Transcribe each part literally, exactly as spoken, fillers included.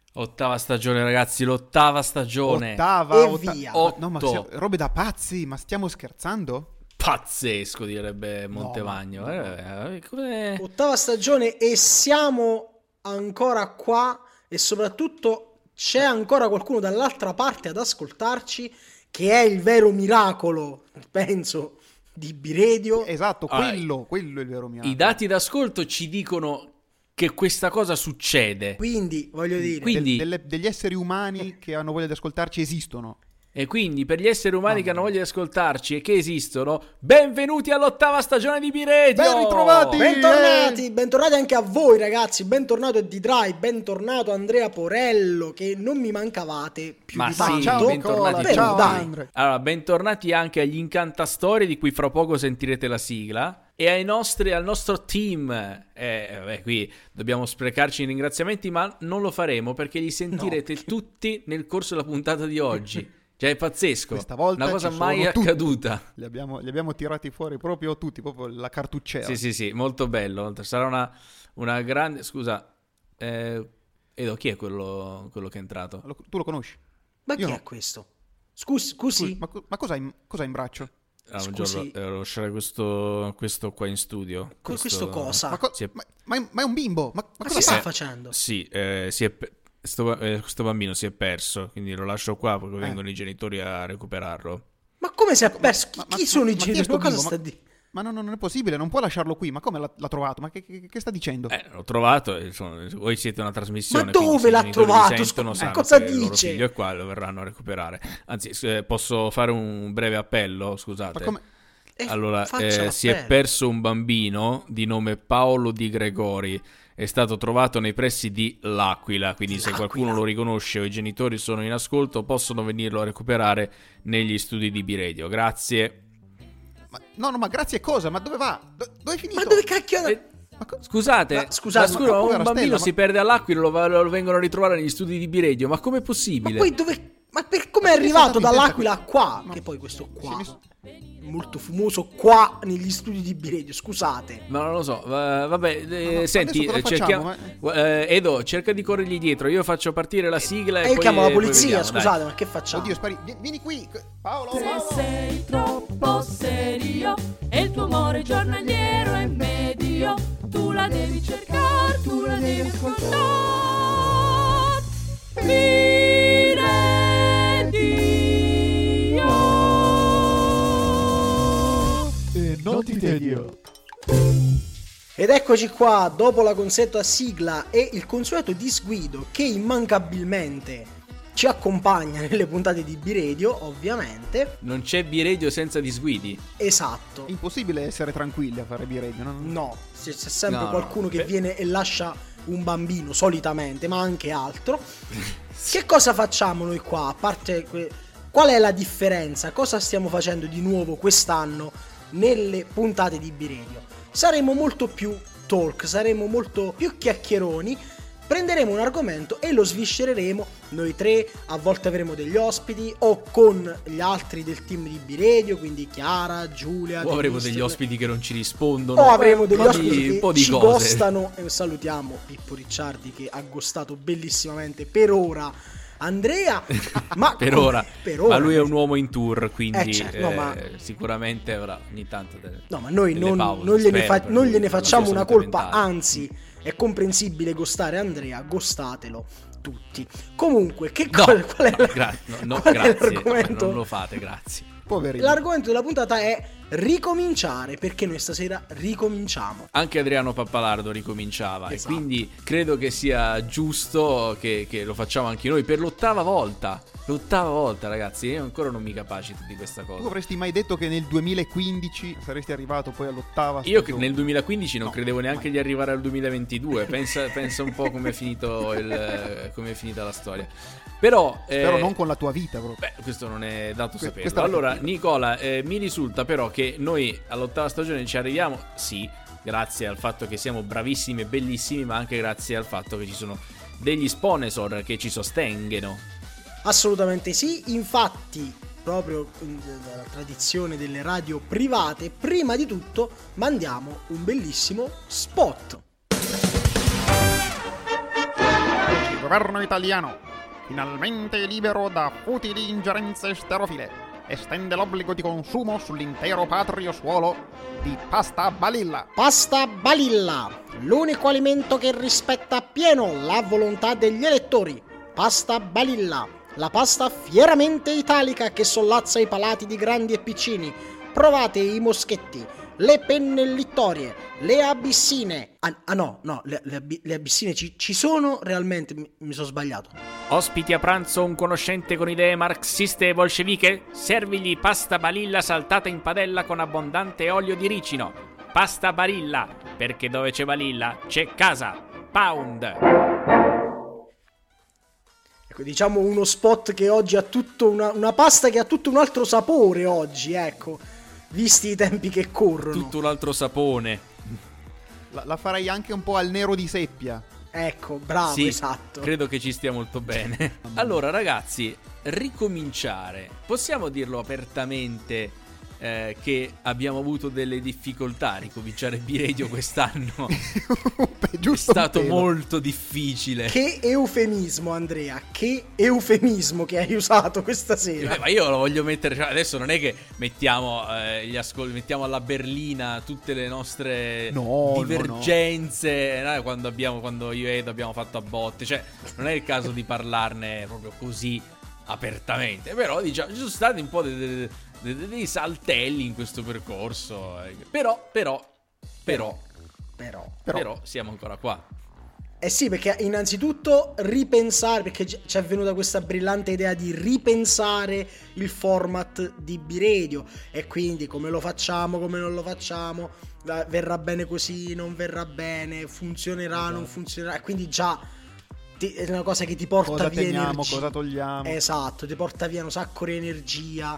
Ottava stagione, ragazzi, l'ottava stagione. Ottava, E otta- via. Oh, no, ma Otto. siamo- robe da pazzi, ma stiamo scherzando? Pazzesco, direbbe Montevagno. No, ma- Eh, eh, come- Ottava stagione e siamo ancora qua e soprattutto c'è ancora qualcuno dall'altra parte ad ascoltarci, che è il vero miracolo, penso, di B-Radio. Esatto, Ah, quello, quello è il vero miracolo. I dati d'ascolto ci dicono che questa cosa succede. Quindi, voglio dire, Quindi- Del- delle- degli esseri umani che hanno voglia di ascoltarci esistono. E quindi per gli esseri umani che hanno voglia di ascoltarci e che esistono, benvenuti all'ottava stagione di B-Radio! Ben ritrovati! bentornati, bentornati anche a voi ragazzi, bentornato D-Dry, bentornato Andrea Porello, che non mi mancavate più Ma di sì, tanto. ciao, bentornati Però, ciao, dai. Andre. Allora, bentornati anche agli incantastorie di cui fra poco sentirete la sigla e ai nostri, al nostro team. Eh, vabbè, qui dobbiamo sprecarci in ringraziamenti, ma non lo faremo perché li sentirete No. tutti nel corso della puntata di oggi. Cioè, è pazzesco. Questa volta una cosa ci mai sono tutti. accaduta. Li abbiamo, li abbiamo tirati fuori proprio tutti, proprio la cartuccera. Sì, sì, sì, molto bello. Sarà una, una grande... Scusa, eh, Edo, chi è quello, quello che è entrato? Lo- tu lo conosci? Ma chi Io è no. questo? Scusi, scusi. Scusi, ma, co- ma cosa hai in, cosa hai in braccio? Ah, un Scusi. giorno devo lasciare questo, questo qua in studio. Co- questo cosa? Ma, co- si è- ma- ma è, ma è un bimbo? Ma, ma Ma cosa che fa? sta facendo? Sì, eh, si è pe- sto, eh, questo bambino si è perso, quindi lo lascio qua, poi vengono i genitori a recuperarlo. Ma come si è perso? Chi, Ma- ma- chi sono ma- i ma chi è genitori? sto Ma cosa bimbo? sta Ma- di? Ma no, no, non è possibile, non può lasciarlo qui. Ma come l'ha, l'ha trovato? Ma che, che- che sta dicendo? Eh, l'ho trovato, e insomma, voi siete una trasmissione. Ma quindi dove se i l'ha genitori vi trovato? sentono, Scusa, sanno cosa che il loro dice? figlio è qua e lo verranno a recuperare. Anzi, eh, posso fare un breve appello, scusate. Ma come? Eh, Allora, faccia eh, si è l'appello. perso un bambino di nome Paolo Di Gregori. È stato trovato nei pressi di L'Aquila. Quindi, se L'Aquila. qualcuno lo riconosce o i genitori sono in ascolto, possono venirlo a recuperare negli studi di B-Radio. Grazie. Ma, no, no, ma grazie cosa? Ma dove va? Do- dove è finito? Ma dove cacchio? Eh, Ma co- Scusate, Ma scusate, ma scusa, ma un povera bambino Stella, si ma- perde all'Aquila, lo, va- lo vengono a ritrovare negli studi di B-Radio. Ma com'è Ma possibile? poi dove? Ma per come è Ma che arrivato sei stato in dall'Aquila a testa qua? Ma- Che poi questo Si è qua messo- molto fumoso qua negli studi di B-Radio, scusate. Ma non lo so, va- vabbè, eh, ma senti, adesso cosa cerchiamo, facciamo? gu- eh, Edo, cerca di corrergli dietro, io faccio partire la sigla e, E io poi chiamo la e poi polizia, vediamo, dai. scusate, ma che facciamo? Oddio, spari. Vieni, vieni qui. Paolo, Se Paolo. sei troppo serio e il tuo amore giornaliero è medio, tu la devi cercare, tu la devi ascoltare. B-Radio. E non ti tedio. Ed eccoci qua, dopo la consueta sigla e il consueto disguido che immancabilmente ci accompagna nelle puntate di B-Radio, ovviamente. Non c'è B-Radio senza disguidi. Esatto. È impossibile essere tranquilli a fare B-Radio, no? No, c'è c'è sempre No, no, qualcuno che beh. viene e lascia un bambino, solitamente, ma anche altro. Che cosa facciamo noi qua? A parte que- qual è la differenza? Cosa stiamo facendo di nuovo quest'anno nelle puntate di B-Radio? Saremo molto più talk, saremo molto più chiacchieroni. Prenderemo un argomento e lo sviscereremo noi tre, a volte avremo degli ospiti o con gli altri del team di B-Radio, quindi Chiara, Giulia, O avremo Denise, degli ospiti che non ci rispondono. o avremo degli un po' ospiti di- un che po' di ci cose. gostano. E salutiamo Pippo Ricciardi che ha gostato bellissimamente per ora Andrea. Ma per, come- ora. per ora. Ma lui è un uomo in tour, quindi Eh, certo, no, eh, ma- sicuramente avrà ogni tanto delle, No, ma noi delle non, pause, non gliene, spero, fa- per non lui, gliene per la facciamo sua una salute colpa, mentale. anzi è comprensibile gostare Andrea, gostatelo tutti. Comunque, che No, qual, qual è, no, la- gra- no, no, qual è grazie, l'argomento? non lo fate, grazie. Poverino. L'argomento della puntata è ricominciare, perché noi stasera ricominciamo. Anche Adriano Pappalardo ricominciava Esatto. e quindi credo che sia giusto che, che lo facciamo anche noi per l'ottava volta. L'ottava volta, ragazzi, io ancora non mi capacito di questa Tu cosa. avresti mai detto che nel duemilaquindici saresti arrivato poi all'ottava Io che stagione? nel duemilaquindici non No, credevo neanche mai. di arrivare al duemilaventidue. Pensa, pensa un po' come è finito il, come è finita la storia. Però Spero eh, non con la tua vita proprio. Beh, questo non è dato Que- saperlo. questa è la Allora, cattiva. Nicola, eh, mi risulta però che noi all'ottava stagione ci arriviamo, sì, grazie al fatto che siamo bravissimi e bellissimi, ma anche grazie al fatto che ci sono degli sponsor che ci sostengono. Assolutamente sì, infatti proprio dalla tradizione delle radio private, prima di tutto mandiamo un bellissimo spot. governo italiano, finalmente libero da futili ingerenze sterofile, estende l'obbligo di consumo sull'intero patrio suolo di pasta Balilla. Pasta Balilla, l'unico alimento che rispetta appieno la volontà degli elettori. Pasta Balilla, la pasta fieramente italica che sollazza i palati di grandi e piccini. Provate i moschetti, le pennellittorie, le abissine. Ah, ah no, no, le, le, le abissine ci, ci sono realmente, mi, mi sono sbagliato. Ospiti a pranzo un conoscente con idee marxiste e bolsceviche? Servigli pasta Balilla saltata in padella con abbondante olio di ricino. Pasta Balilla, perché dove c'è Balilla c'è casa. Pound. Ecco, diciamo uno spot che oggi ha tutto una, una pasta che ha tutto un altro sapore oggi, ecco, visti i tempi che corrono. Tutto un altro sapone. La, la farei anche un po' al nero di seppia. Ecco, bravo, Sì, esatto. credo che ci stia molto bene. Allora, ragazzi, ricominciare. Possiamo dirlo apertamente eh, che abbiamo avuto delle difficoltà a ricominciare B-Radio quest'anno. È Giusto stato un pelo. molto difficile. Che eufemismo, Andrea, che eufemismo che hai usato questa sera. Eh, ma io lo voglio mettere, cioè, adesso non è che mettiamo eh, gli ascol- mettiamo alla berlina tutte le nostre No, divergenze no, no. Quando abbiamo quando io e Ed abbiamo fatto a botte, cioè non è il caso di parlarne proprio così apertamente, però diciamo ci sono stati un po' dei, dei, dei, dei saltelli in questo percorso, eh. però però però Però, Però- però siamo ancora qua. eh sì, perché innanzitutto ripensare, perché ci ci è venuta questa brillante idea di ripensare il format di B-Radio e quindi come lo facciamo, come non lo facciamo, va- verrà bene così, non verrà bene, funzionerà, non funzionerà, e quindi già ti- è una cosa che ti porta Cosa via teniamo, energia. cosa togliamo. Esatto, ti porta via un sacco di energia.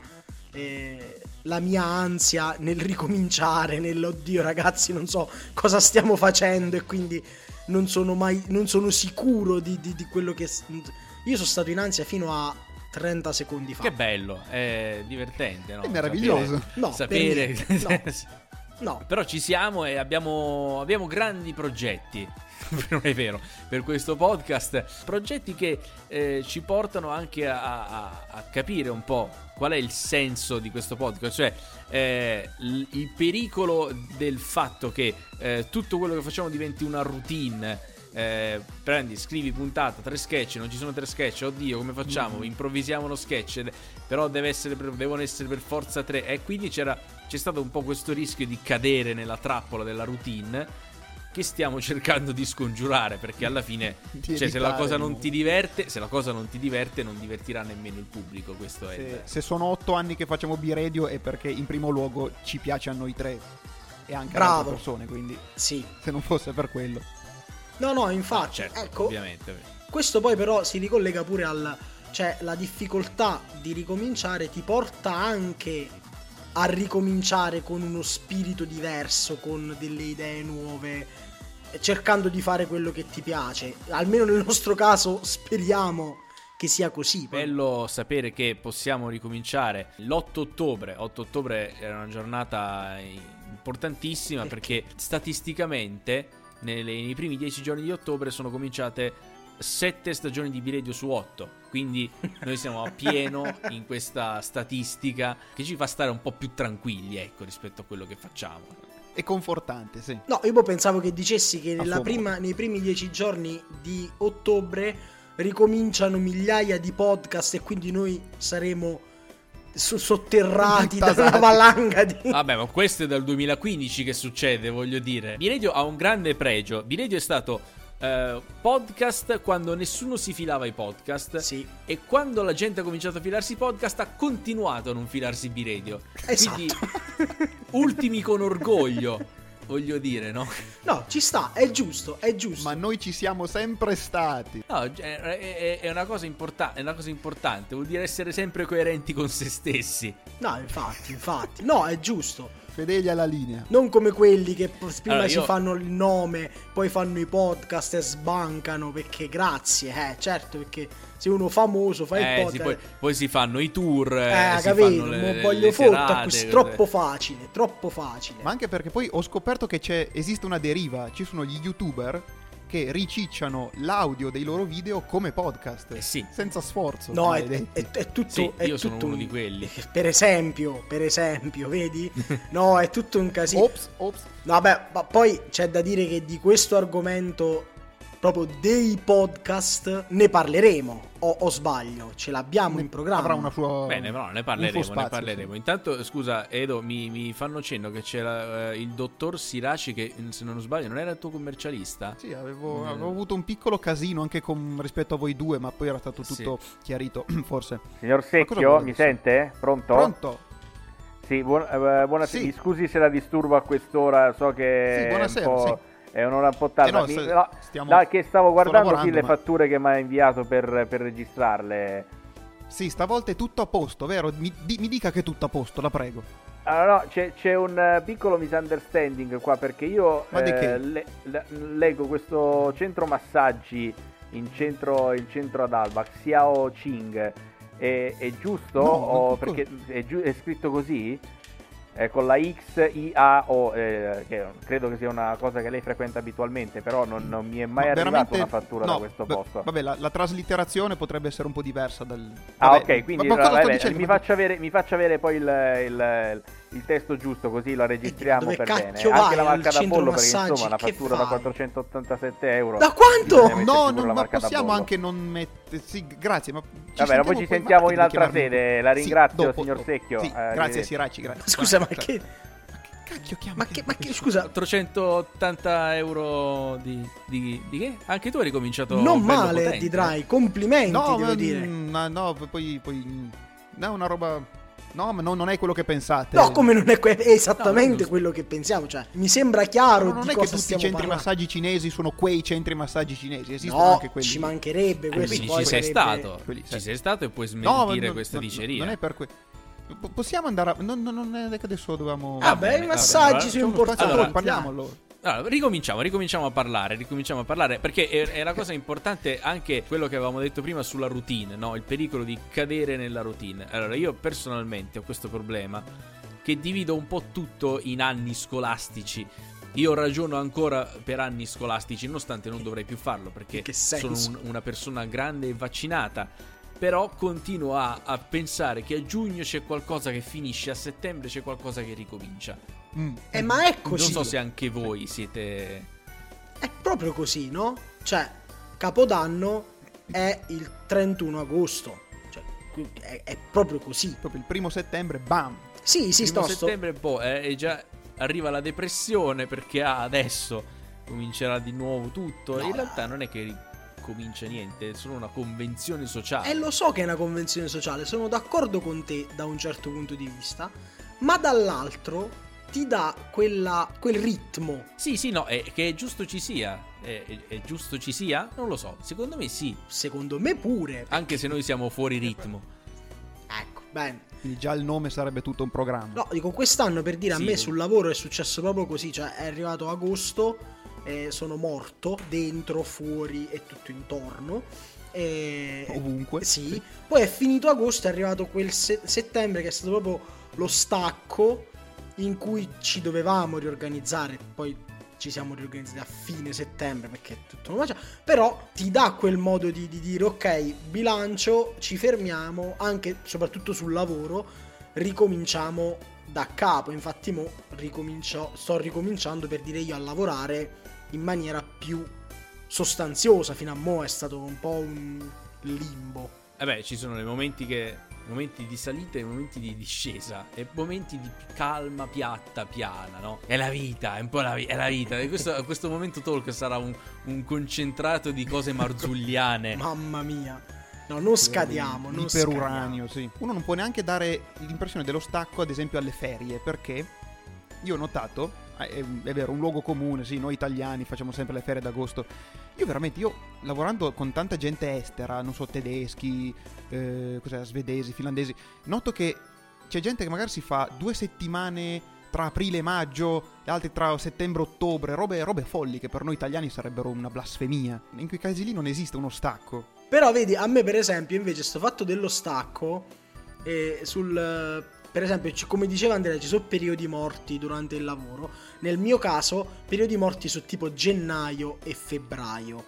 eh, la mia ansia nel ricominciare, nell'oddio ragazzi non so cosa stiamo facendo e quindi non sono mai non sono sicuro di, di, di quello che s- io sono stato in ansia fino a trenta secondi fa. Che bello, è divertente, no? È meraviglioso. Sapere, No, per sapere niente, No, Però ci siamo e abbiamo, abbiamo grandi progetti, non è vero, per questo podcast. Progetti che eh, ci portano anche a, a, a capire un po' qual è il senso di questo podcast. Cioè eh, l- il pericolo del fatto che eh, tutto quello che facciamo diventi una routine. Eh, prendi, scrivi puntata, tre sketch, non ci sono tre sketch, oddio come facciamo? Mm. Improvvisiamo uno sketch, però deve essere per, devono essere per forza tre, e quindi c'era, c'è stato un po' questo rischio di cadere nella trappola della routine che stiamo cercando di scongiurare, perché alla fine Di cioè, se la evitare, cosa non no. ti diverte, se la cosa non ti diverte non divertirà nemmeno il pubblico, questo è Se, il... se sono otto anni che facciamo B-Radio è perché in primo luogo ci piace a noi tre e anche Bravo. a altre persone, quindi sì. se non fosse per quello. No, no, Ah, infatti, certo, ecco, ovviamente. questo poi però si ricollega pure al... cioè la difficoltà di ricominciare ti porta anche a ricominciare con uno spirito diverso, con delle idee nuove, cercando di fare quello che ti piace. Almeno nel nostro caso speriamo che sia così. Bello sapere che possiamo ricominciare l'otto ottobre. otto ottobre era una giornata importantissima perché, perché statisticamente nelle, nei primi dieci giorni di ottobre sono cominciate sette stagioni di B-Radio su otto, quindi noi siamo a pieno in questa statistica che ci fa stare un po' più tranquilli, ecco, rispetto a quello che facciamo. È confortante, sì. No, io pensavo che dicessi che nella suo prima, nei primi dieci giorni di ottobre ricominciano migliaia di podcast e quindi noi saremo so- sotterrati da Intasati. una valanga di... Vabbè, ma questo è dal duemilaquindici che succede, voglio dire. B-Radio ha un grande pregio. B-Radio è stato eh, podcast quando nessuno si filava i podcast. Sì. E quando la gente ha cominciato a filarsi i podcast ha continuato a non filarsi B-Radio. Esatto. Quindi ultimi con orgoglio, voglio dire, no? No, ci sta, è giusto, è giusto. Ma noi ci siamo sempre stati. No, è, è- è una cosa importante, è una cosa importante, vuol dire essere sempre coerenti con se stessi. No, infatti, infatti. No, è giusto. Fedeli alla linea. Non come quelli che p- prima Allora, si io- fanno il nome, poi fanno i podcast e sbancano, perché grazie, eh, certo, perché se uno famoso fa il Eh, sì, podcast... poi, poi si fanno i tour, eh, Eh, si capito, fanno le, mo le- voglio le foto, serate, questo- cose- troppo facile, troppo facile. Ma anche perché poi ho scoperto che c'è esiste una deriva. Ci sono gli youtuber che ricicciano l'audio dei loro video come podcast. Eh sì. Senza sforzo. No, è, maledetti. è, è tutto. Sì, è io sono tutto uno un- di quelli. Per esempio, per esempio, vedi? No, è tutto un casino. Ops, ops. No, vabbè, ma poi c'è da dire che di questo argomento, proprio dei podcast, ne parleremo. O, o sbaglio? Ce l'abbiamo in programma. Avrà una sua... Bene, però ne un parleremo, suo ne spazio, parleremo. sì. Intanto, scusa, Edo, mi, mi fanno cenno che c'era eh, il dottor Siraci che, se non sbaglio, non era il tuo commercialista? Sì, avevo, Mm. avevo avuto un piccolo casino anche con, rispetto a voi due, ma poi era stato Sì. tutto chiarito, forse. Signor Ma cosa Secchio, vuole mi adesso? sente? Pronto? Pronto? Sì, buon- eh, buonasera. Sì. Mi scusi se la disturbo a quest'ora, so che Sì, è, buonasera, un po', sì. è un'ora un po' tarda. Eh no, Mi- se- no, stiamo- da che stavo sto guardando sì, lavorando, le ma- fatture che mi ha inviato per, per registrarle. Sì, stavolta è tutto a posto, vero? Mi, di- mi dica che è tutto a posto, la prego. Allora, no, c'è, c'è un eh, piccolo misunderstanding qua perché io Ma di eh, che? le- le- leggo questo centro massaggi in centro, in centro ad Alba, Xiao Ching. È, è giusto? No, O- ma- perché è, giu- è scritto così? Eh, con la X I A O, eh, che credo che sia una cosa che lei frequenta abitualmente, però non, non mi è mai Ma arrivata veramente- una fattura no, da questo beh, posto. Vabbè, la, la traslitterazione potrebbe essere un po' diversa dal... Ah, vabbè, ok, quindi ma- ma cosa sto vabbè, dicendo? mi, faccia avere, mi faccia avere poi il, il, il testo giusto, così lo registriamo dove per cacchio bene. vai Anche la al marca da centro pollo, perché massaggi? insomma una Che fattura da fai? quattrocentottantasette euro. Da quanto? bisogna metterci No, pure non, la ma marca da possiamo bollo. anche non mettere... Sì, grazie, ma... ci Vabbè, sentiamo poi ci poi- sentiamo ma in devo altra chiamarmi sede, un po'. la Sì, ringrazio, dopo, signor dopo. Secchio. Sì, Eh, grazie, arrivederci. Siraci, grazie. Scusa, ma Vai, che. Che cacchio chiama? Ma che, ma che scusa, quattrocentottanta euro di, di, di che? Anche tu hai ricominciato non bello male potente. di Dry, complimenti, No, devo ma, dire. mm, no, no, poi... poi no, è una roba... No, ma no, non è quello che pensate. No, come non è, que- è esattamente No, quello che pensiamo, cioè, mi sembra chiaro No, non di è che cosa tutti i stiamo centri parlando. massaggi cinesi sono quei centri massaggi cinesi, esistono No, anche quelli. ci mancherebbe Eh, questo. quindi poi ci sei sarebbe- stato, quelli- ci sì. sei stato e puoi No, smentire no, questa no, diceria. Non è per que... Po- Possiamo andare a... No, no, non è che adesso dovevamo... Ah, beh, i massaggi allora, sono C'è uno spazio, importanti. allora, parliamo allora. Allora, ricominciamo, ricominciamo a parlare, ricominciamo a parlare, perché è, è una cosa importante anche quello che avevamo detto prima sulla routine, no? Il pericolo di cadere nella routine. Allora, io personalmente ho questo problema che divido un po' tutto in anni scolastici. Io ragiono ancora per anni scolastici, nonostante non dovrei più farlo, perché In che sono senso? un- una persona grande e vaccinata. Però continuo a, a pensare che a giugno c'è qualcosa che finisce, a settembre c'è qualcosa che ricomincia. Mm. Eh, ma è così. Non so se anche voi siete... È proprio così, no? Cioè, Capodanno è il trentuno agosto. Cioè, qui- è, è proprio così. Proprio il primo settembre, bam! Sì, sì, Primo sto, sto- settembre boh, è, è già arriva la depressione perché ah, adesso comincerà di nuovo tutto. No. In realtà non è che ricomincia niente, è solo una convenzione sociale. E lo so che è una convenzione sociale, sono d'accordo con te da un certo punto di vista, ma dall'altro ti dà quella, quel ritmo. Sì, sì, no, è che è giusto ci sia. È, è- è giusto ci sia? Non lo so, secondo me sì. Secondo me pure. Anche se noi siamo fuori ritmo. Ecco, bene. Quindi già il nome sarebbe tutto un programma. No, dico, quest'anno per dire, Sì. a me sul lavoro è successo proprio così, cioè è arrivato agosto, eh, sono morto, dentro, fuori e tutto intorno. E... Ovunque. Sì, poi è finito agosto, è arrivato quel se- settembre che è stato proprio lo stacco in cui ci dovevamo riorganizzare, poi ci siamo riorganizzati a fine settembre perché è tutto una magia, però ti dà quel modo di, di dire ok, bilancio, ci fermiamo, anche soprattutto sul lavoro, ricominciamo da capo. Infatti mo ricomincio, sto ricominciando per dire io a lavorare in maniera più sostanziosa. Fino a mo' è stato un po' un limbo. Eh beh, ci sono dei momenti che momenti di salita e momenti di discesa e momenti di calma piatta piana, no? È la vita, è un po' la, vi- è la vita. E questo, questo momento talk sarà un, un concentrato di cose marzulliane. Mamma mia. No, non scadiamo, non Iperuranio, sì. Uno non può neanche dare l'impressione dello stacco, ad esempio, alle ferie, perché io ho notato, eh, è, è vero, un luogo comune, sì, noi italiani facciamo sempre le ferie d'agosto. Io veramente, io lavorando con tanta gente estera, non so, tedeschi, eh, cos'è, svedesi, finlandesi, noto che c'è gente che magari si fa due settimane tra aprile e maggio, e altri tra settembre e ottobre, robe, robe folli che per noi italiani sarebbero una blasfemia. In quei casi lì non esiste uno stacco. Però vedi, a me per esempio invece sto fatto dello stacco eh, sul, per esempio, c- come diceva Andrea, ci sono periodi morti durante il lavoro. Nel mio caso, periodi morti su tipo gennaio e febbraio.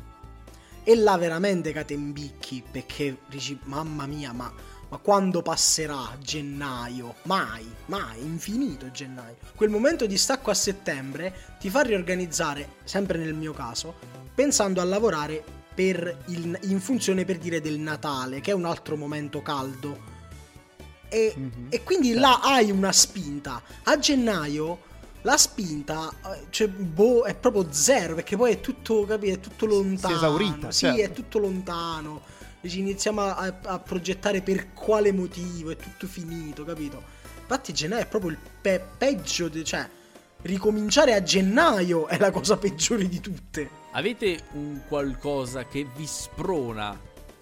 E là veramente catembicchi, perché dici, mamma mia, ma, ma quando passerà gennaio? Mai, mai, infinito gennaio. Quel momento di stacco a settembre ti fa riorganizzare, sempre nel mio caso, pensando a lavorare per il, in funzione, per dire, del Natale, che è un altro momento caldo. E, mm-hmm. e quindi certo. là hai una spinta. A gennaio la spinta, cioè, boh, è proprio zero, perché poi è tutto, capito, è tutto lontano. Si è esaurita. Sì, certo. è tutto lontano. E ci iniziamo a, a progettare per quale motivo, è tutto finito, capito? Infatti gennaio è proprio il pe- peggio, de- cioè ricominciare a gennaio è la cosa peggiore di tutte. Avete un qualcosa che vi sprona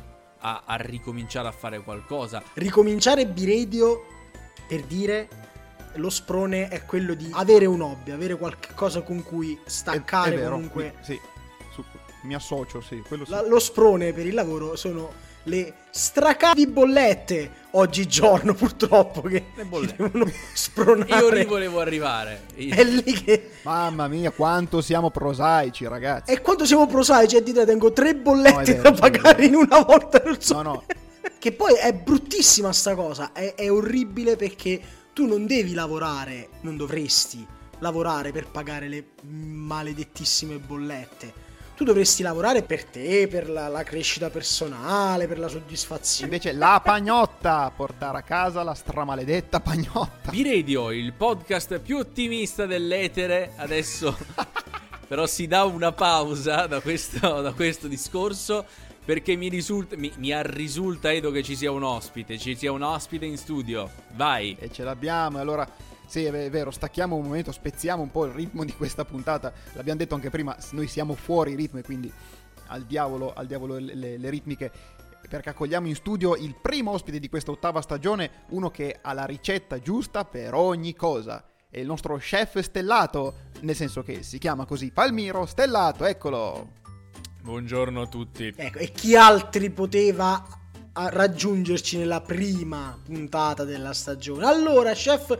a, a ricominciare a fare qualcosa? Ricominciare B-Radio, per dire, lo sprone è quello di avere un hobby, avere qualcosa con cui staccare. È, è vero, comunque. Mi, sì, su, mi associo, sì, quello sì. La, lo sprone per il lavoro sono le stracate di bollette oggigiorno, purtroppo, che le bollette devono spronare. Io lì volevo arrivare. Io. È lì che... Mamma mia, quanto siamo prosaici, ragazzi. E quanto siamo prosaici, e dite, tengo tre bollette no, vero, da pagare in una volta, non so. No, no. Che poi è bruttissima sta cosa, è, è orribile, perché tu non devi lavorare, non dovresti lavorare per pagare le maledettissime bollette. Tu dovresti lavorare per te, per la, la crescita personale, per la soddisfazione. Invece la pagnotta, portare a casa la stramaledetta pagnotta. B-Radio, il podcast più ottimista dell'etere, adesso però si dà una pausa da questo, da questo discorso, perché mi risulta, mi, mi risulta Edo che ci sia un ospite, ci sia un ospite in studio. Vai. E ce l'abbiamo, allora sì, è vero, stacchiamo un momento, spezziamo un po' il ritmo di questa puntata. L'abbiamo detto anche prima, noi siamo fuori ritmo e quindi al diavolo, al diavolo le, le, le ritmiche, perché accogliamo in studio il primo ospite di questa ottava stagione, uno che ha la ricetta giusta per ogni cosa. È il nostro chef stellato, nel senso che si chiama così, Palmiro Stellato, eccolo. Buongiorno a tutti. Ecco, e chi altri poteva a raggiungerci nella prima puntata della stagione? Allora, chef,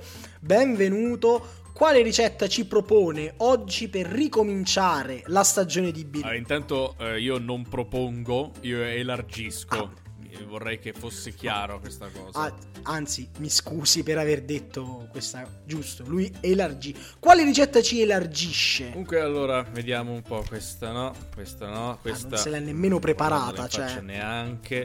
benvenuto. Quale ricetta ci propone oggi per ricominciare la stagione di B? Allora, intanto eh, io non propongo, io elargisco. Ah. Vorrei che fosse chiaro questa cosa. Ah, anzi, mi scusi per aver detto questa. Giusto, lui elargi. Quale ricetta ci elargisce? Comunque, allora, vediamo un po'. Questa no, questa no, questa ah, non se l'è nemmeno preparata, non cioè. faccio neanche.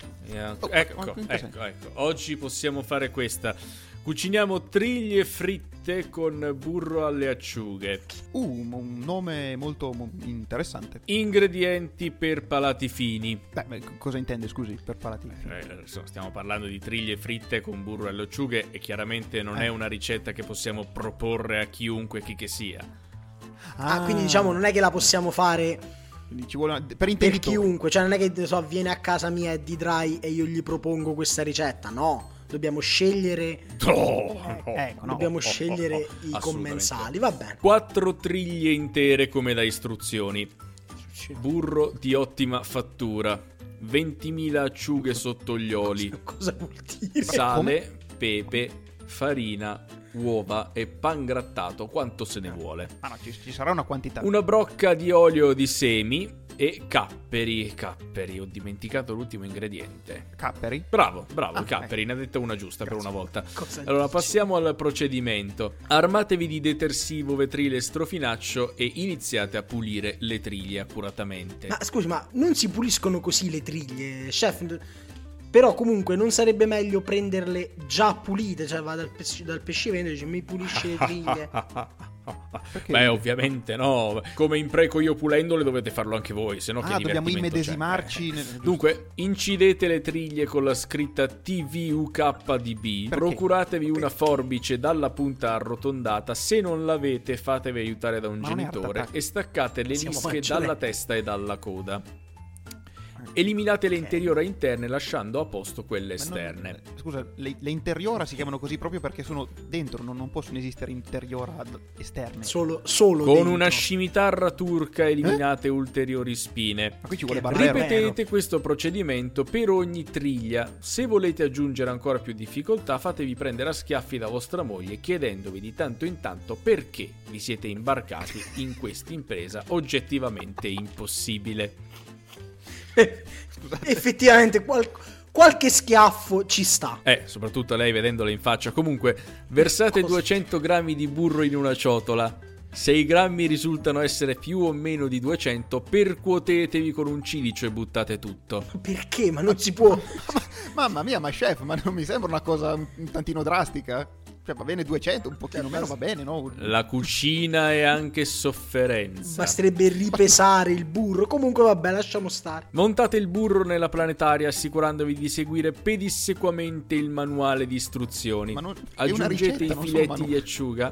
Oh, ecco, ecco, ecco. Oggi possiamo fare questa. Cuciniamo triglie fritte con burro alle acciughe. Uh, un nome molto interessante. Ingredienti per palati fini. Beh, cosa intende, scusi, per palati fini? Eh, stiamo parlando di triglie fritte con burro alle acciughe e chiaramente non eh. è una ricetta che possiamo proporre a chiunque, chi che sia. Ah, ah quindi diciamo non è che la possiamo fare... Ci vuole per, per chiunque, cioè non è che so, viene a casa mia e di Dry e io gli propongo questa ricetta, no. Dobbiamo scegliere oh, no, ecco, no, dobbiamo oh, scegliere oh, oh, i commensali, va bene. Quattro triglie intere come da istruzioni. Burro di ottima fattura. ventimila acciughe sotto gli oli. Cosa vuol dire? Sale, come? Pepe, farina, uova e pan grattato, quanto se ne vuole. Ah no, ci, ci sarà una quantità. Una brocca di olio di semi e capperi. Capperi, ho dimenticato l'ultimo ingrediente. Capperi? Bravo, bravo, ah, capperi, eh. ne ha detta una giusta. Grazie. Per una volta. Cosa allora dici? Passiamo al procedimento. Armatevi di detersivo, vetrile e strofinaccio e iniziate a pulire le triglie accuratamente. Ma scusi, ma non si puliscono così le triglie, chef? Però comunque non sarebbe meglio prenderle già pulite, cioè va dal, pes- dal pescivendolo e dice mi pulisce le triglie. Perché? Beh, ovviamente no. Come impreco io pulendole dovete farlo anche voi, se no che ah, dobbiamo c'è. immedesimarci Eh. nel... Dunque, incidete le triglie con la scritta T V U K D B. Procuratevi Perché? una forbice dalla punta arrotondata. Se non l'avete, fatevi aiutare da un Ma genitore e staccate le Siamo lische maggiore. dalla testa e dalla coda. Eliminate le interiora interne lasciando a posto quelle esterne. Non, scusa, le, le interiora si chiamano così proprio perché sono dentro, non, non possono esistere interiora esterne. Solo, solo Con dentro. una scimitarra turca eliminate eh? ulteriori spine. Ma qui ci vuole Che Barbero. Ripetete questo procedimento per ogni triglia. Se volete aggiungere ancora più difficoltà, fatevi prendere a schiaffi da vostra moglie chiedendovi di tanto in tanto perché vi siete imbarcati in questa impresa oggettivamente impossibile. Effettivamente qual- qualche schiaffo ci sta. Eh, soprattutto lei vedendola in faccia. Comunque, versate Cosa? duecento grammi di burro in una ciotola. Se i grammi risultano essere più o meno di duecento, percuotetevi con un cilicio e buttate tutto. Perché? Ma non si può. Mamma mia, ma chef, ma non mi sembra una cosa un, un tantino drastica? Cioè, va bene duecento, un pochino meno va bene, no? La cucina è anche sofferenza. Basterebbe ripesare il burro. Comunque vabbè, lasciamo stare. Montate il burro nella planetaria assicurandovi di seguire pedissequamente il manuale di istruzioni. Ma non- è una Aggiungete ricetta, i non filetti sono di acciuga.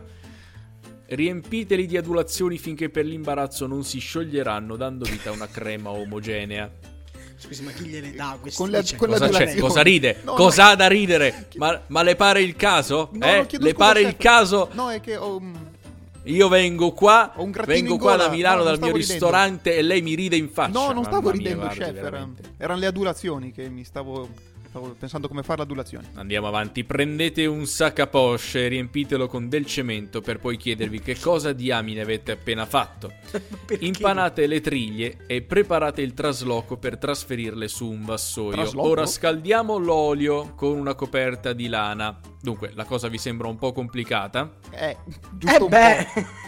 Riempiteli di adulazioni finché per l'imbarazzo non si scioglieranno, dando vita a una crema omogenea. Scusi, ma chi gliele dà questi? Con la- Cioè, con la Cosa c'è? adulazione. Cosa ride? No, Cosa no. ha da ridere? Ma, ma le pare il caso? No, eh? no, chiedo Le scusa, pare chef. il caso? No, è che ho... mm, Io vengo qua, Ho un grattino vengo in qua gola. da Milano No, non dal mio stavo ridendo. ristorante e lei mi ride in faccia. No, non stavo Mamma mia, ridendo, guardi, chef. Era, veramente. erano le adulazioni che mi stavo... Stavo pensando come fare l'adulazione. Andiamo avanti, prendete un sac a poche e riempitelo con del cemento per poi chiedervi che cosa diamine avete appena fatto. Perché? Impanate le triglie e preparate il trasloco per trasferirle su un vassoio. Trasloco? Ora scaldiamo l'olio con una coperta di lana. Dunque, la cosa vi sembra un po' complicata? Eh, giusto Eh un beh. po'.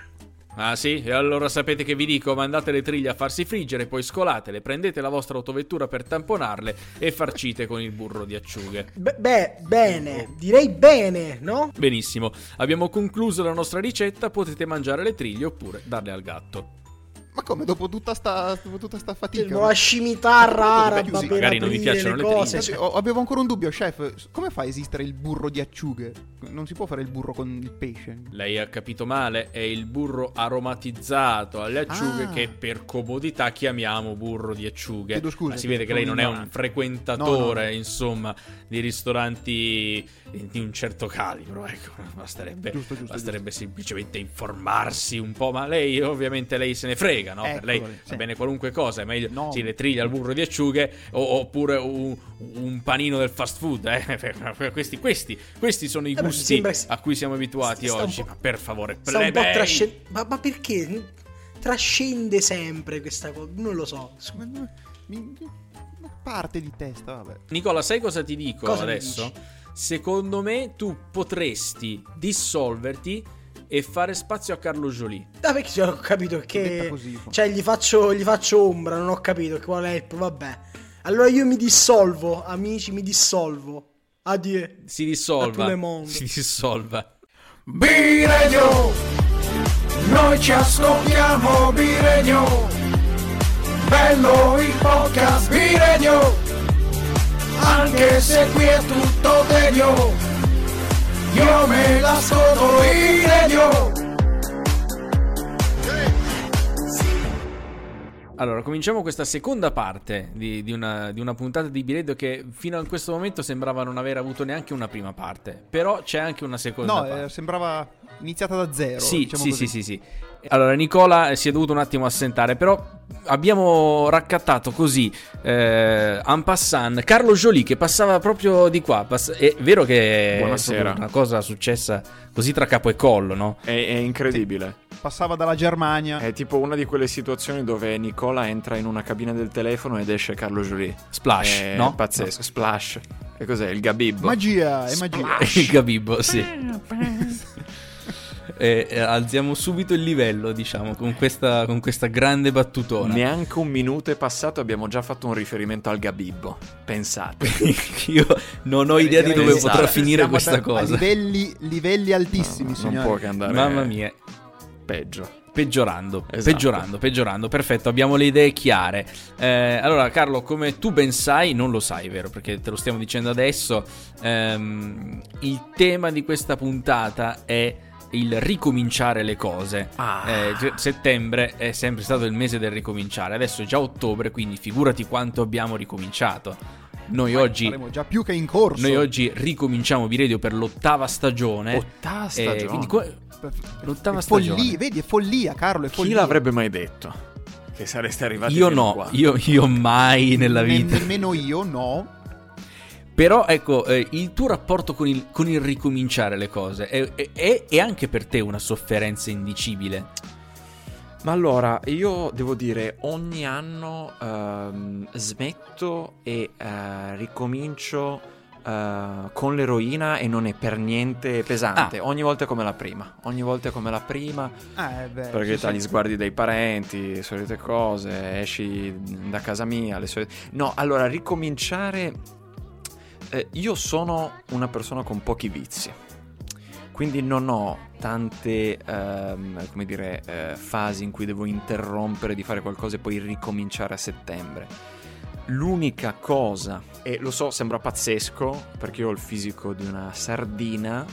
Ah sì? E allora sapete che vi dico? Mandate le triglie a farsi friggere, poi scolatele, prendete la vostra autovettura per tamponarle e farcite con il burro di acciughe. Beh, beh, bene. Direi bene, no? Benissimo, abbiamo concluso la nostra ricetta, potete mangiare le triglie oppure darle al gatto. Ma come, dopo tutta sta, dopo tutta sta fatica? La scimitarra araba Chiusi. per Magari non vi aprire piacciono le cose. triglie. Eh, ho- Avevo ancora un dubbio, chef. Come fa a esistere il burro di acciughe? Non si può fare il burro con il pesce? Lei ha capito male, è il burro aromatizzato alle acciughe Ah. che per comodità chiamiamo burro di acciughe. Chiedo scusa, Ma si vede che sono lei non è un ignorante. frequentatore, No, no, no. insomma, di ristoranti di un certo calibro, ecco, basterebbe, Giusto, giusto, basterebbe semplicemente informarsi un po', ma lei ovviamente lei se ne frega, no? Per Ecco, lei sì. va bene qualunque cosa, è meglio No. sì, le triglie al burro di acciughe o- oppure un, un panino del fast food, eh? questi, questi, questi sono i Eh, ma mi gusti sembra- a cui siamo abituati sta un oggi, po'- ma per favore, Sta un po' plebei! trascendendo. Ma, ma perché? Trascende sempre questa cosa. Non lo so. Ma- ma- mi- Una parte di testa, vabbè. Nicola, sai cosa ti dico Cosa mi adesso? dici? Secondo me tu potresti dissolverti e fare spazio a Carlo Jolie. Ah, perché ho capito Detta che. così, Cioè, gli faccio, gli faccio ombra. Non ho capito qual è il. Vabbè. Allora io mi dissolvo, amici, mi dissolvo. Addio. Si A dissolva. tout le monde. Si dissolva. B-Radio, noi ci ascoltiamo B-Radio, bello il podcast B-Radio, anche se qui è tutto tedio, io me l'ascolto B-Radio. Allora, cominciamo questa seconda parte di, di, una, di una puntata di B-Radio che fino a questo momento sembrava non aver avuto neanche una prima parte. Però c'è anche una seconda No, parte. eh, sembrava iniziata da zero. Sì, diciamo sì, così. sì, sì, sì. Allora, Nicola si è dovuto un attimo assentare, però abbiamo raccattato così, eh, en passant, Carlo Jolie che passava proprio di qua. Pass- è vero che Buonasera. è proprio una cosa successa così tra capo e collo, no? È, è incredibile. Passava dalla Germania. È tipo una di quelle situazioni dove Nicola entra in una cabina del telefono ed esce Carlo Jolie. Splash, È no? pazzesco. Splash. E cos'è? Il Gabibbo. Magia, è magia. Il Gabibbo, sì. E, e alziamo subito il livello, diciamo, con questa, con questa grande battutona. Neanche un minuto è passato e abbiamo già fatto un riferimento al Gabibbo. Pensate. Io non ho idea di dove Pensate. potrà finire Siamo questa a- A cosa. livelli, livelli altissimi, non signori. può che andare Mamma mia. peggio. Peggiorando, Esatto. peggiorando, peggiorando, perfetto, abbiamo le idee chiare. Eh, allora Carlo, come tu ben sai, non lo sai, vero? Perché te lo stiamo dicendo adesso, ehm, il tema di questa puntata è il ricominciare le cose. Ah. Eh, cioè, settembre è sempre stato il mese del ricominciare, adesso è già ottobre, quindi figurati quanto abbiamo ricominciato. Noi oggi Saremo già più che in corso. Noi oggi ricominciamo Biredio per l'ottava stagione. Ottava Eh, stagione. quindi que- l'ottava È stagione. follia, vedi, è follia, Carlo, è Chi follia. l'avrebbe mai detto? Che sareste arrivati Io fino no, qua. io, io mai nella Ne- vita. Nemmeno io, no. Però ecco, eh, il tuo rapporto con il, con il ricominciare le cose è, è- è anche per te una sofferenza indicibile. Ma allora, io devo dire, ogni anno ehm, smetto e eh, ricomincio eh, con l'eroina e non è per niente pesante. Ah. Ogni volta è come la prima. Ogni volta è come la prima. Ah, eh, beh, Perché sì, tra sì. gli sguardi dei parenti, le solite cose, esci da casa mia, le solite... No, allora, ricominciare... eh, io sono una persona con pochi vizi. Quindi non ho tante, ehm, come dire, eh, fasi in cui devo interrompere di fare qualcosa e poi ricominciare a settembre. L'unica cosa, e lo so, sembra pazzesco, perché io ho il fisico di una sardina,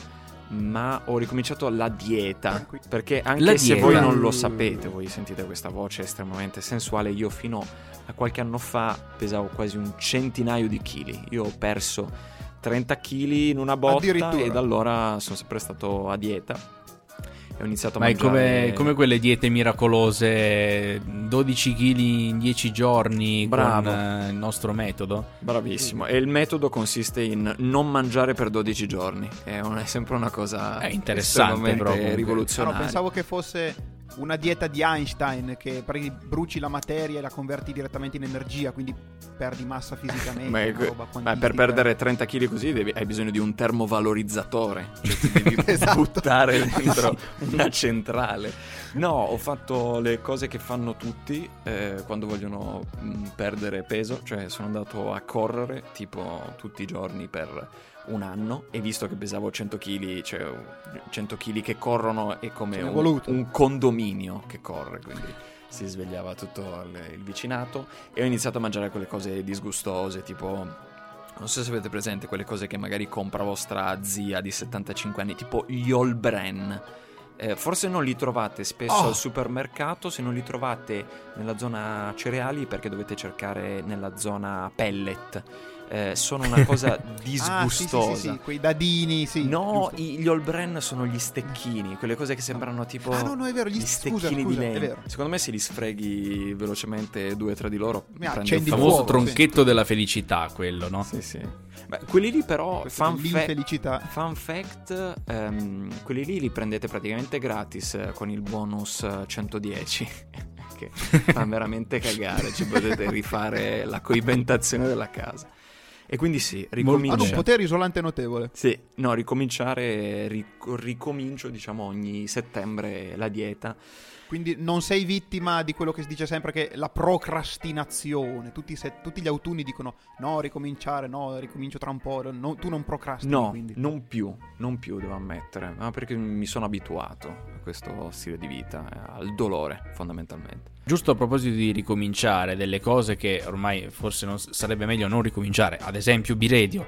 ma ho ricominciato la dieta. Tranquillo. Perché anche La se dieta. voi non lo sapete, voi sentite questa voce estremamente sensuale, io fino a qualche anno fa pesavo quasi un centinaio di chili. Io ho perso trenta chili in una botta Addirittura. e da allora sono sempre stato a dieta e ho iniziato a Ma è mangiare come, come quelle diete miracolose, dodici chili in dieci giorni. Bravo. Con eh, il nostro metodo. bravissimo. E il metodo consiste in non mangiare per dodici giorni. È, un- è sempre una cosa È interessante, estremamente però, comunque. Ah, rivoluzionaria. no, pensavo che fosse una dieta di Einstein, che pre- bruci la materia e la converti direttamente in energia, quindi perdi massa fisicamente. Ma, è- una roba ma per quantistica. perdere trenta chili così devi- hai bisogno di un termovalorizzatore, cioè ti devi Esatto. buttare dentro una centrale. No, ho fatto le cose che fanno tutti eh, quando vogliono mh, perdere peso, cioè sono andato a correre tipo tutti i giorni per un anno e visto che pesavo cento chili, cioè cento chili che corrono è come Ce n'è un, voluto. un condominio che corre, quindi si svegliava tutto il, il vicinato e ho iniziato a mangiare quelle cose disgustose, tipo non so se avete presente quelle cose che magari compra vostra zia di settantacinque anni, tipo gli All Bran. Eh, forse non li trovate spesso Oh. al supermercato, se non li trovate nella zona cereali perché dovete cercare nella zona pellet. Eh, sono una cosa disgustosa. Ah, sì, sì, sì, sì, quei dadini, sì. No, giusto. i- gli All Bran sono gli stecchini, quelle cose che sembrano tipo Ah, no, no, è vero, gli- gli scusa, stecchini scusa, di è legno. vero. Secondo me se li sfreghi velocemente due o tre di loro, Mi prendi accendi un Il il famoso fuoco, tronchetto della felicità, quello, no? Sì, sì. Beh, quelli lì però, Questa fun, è fa- l'infelicità. fun fact, ehm, quelli lì li prendete praticamente gratis eh, con il bonus eh, centodieci, che fa veramente cagare, ci potete rifare la coibentazione della casa. E quindi sì, Hanno un ricomincio. potere isolante notevole. Sì, no, ricominciare, ric- ricomincio diciamo ogni settembre la dieta. Quindi non sei vittima di quello che si dice sempre, che la procrastinazione. Tutti, se- tutti gli autunni dicono no, ricominciare, no, ricomincio tra un po'. No, tu non procrastini, No, quindi. non più, non più devo ammettere, ma perché mi sono abituato a questo stile di vita, eh, al dolore fondamentalmente. Giusto a proposito di ricominciare, delle cose che ormai forse non, sarebbe meglio non ricominciare, ad esempio Biredio,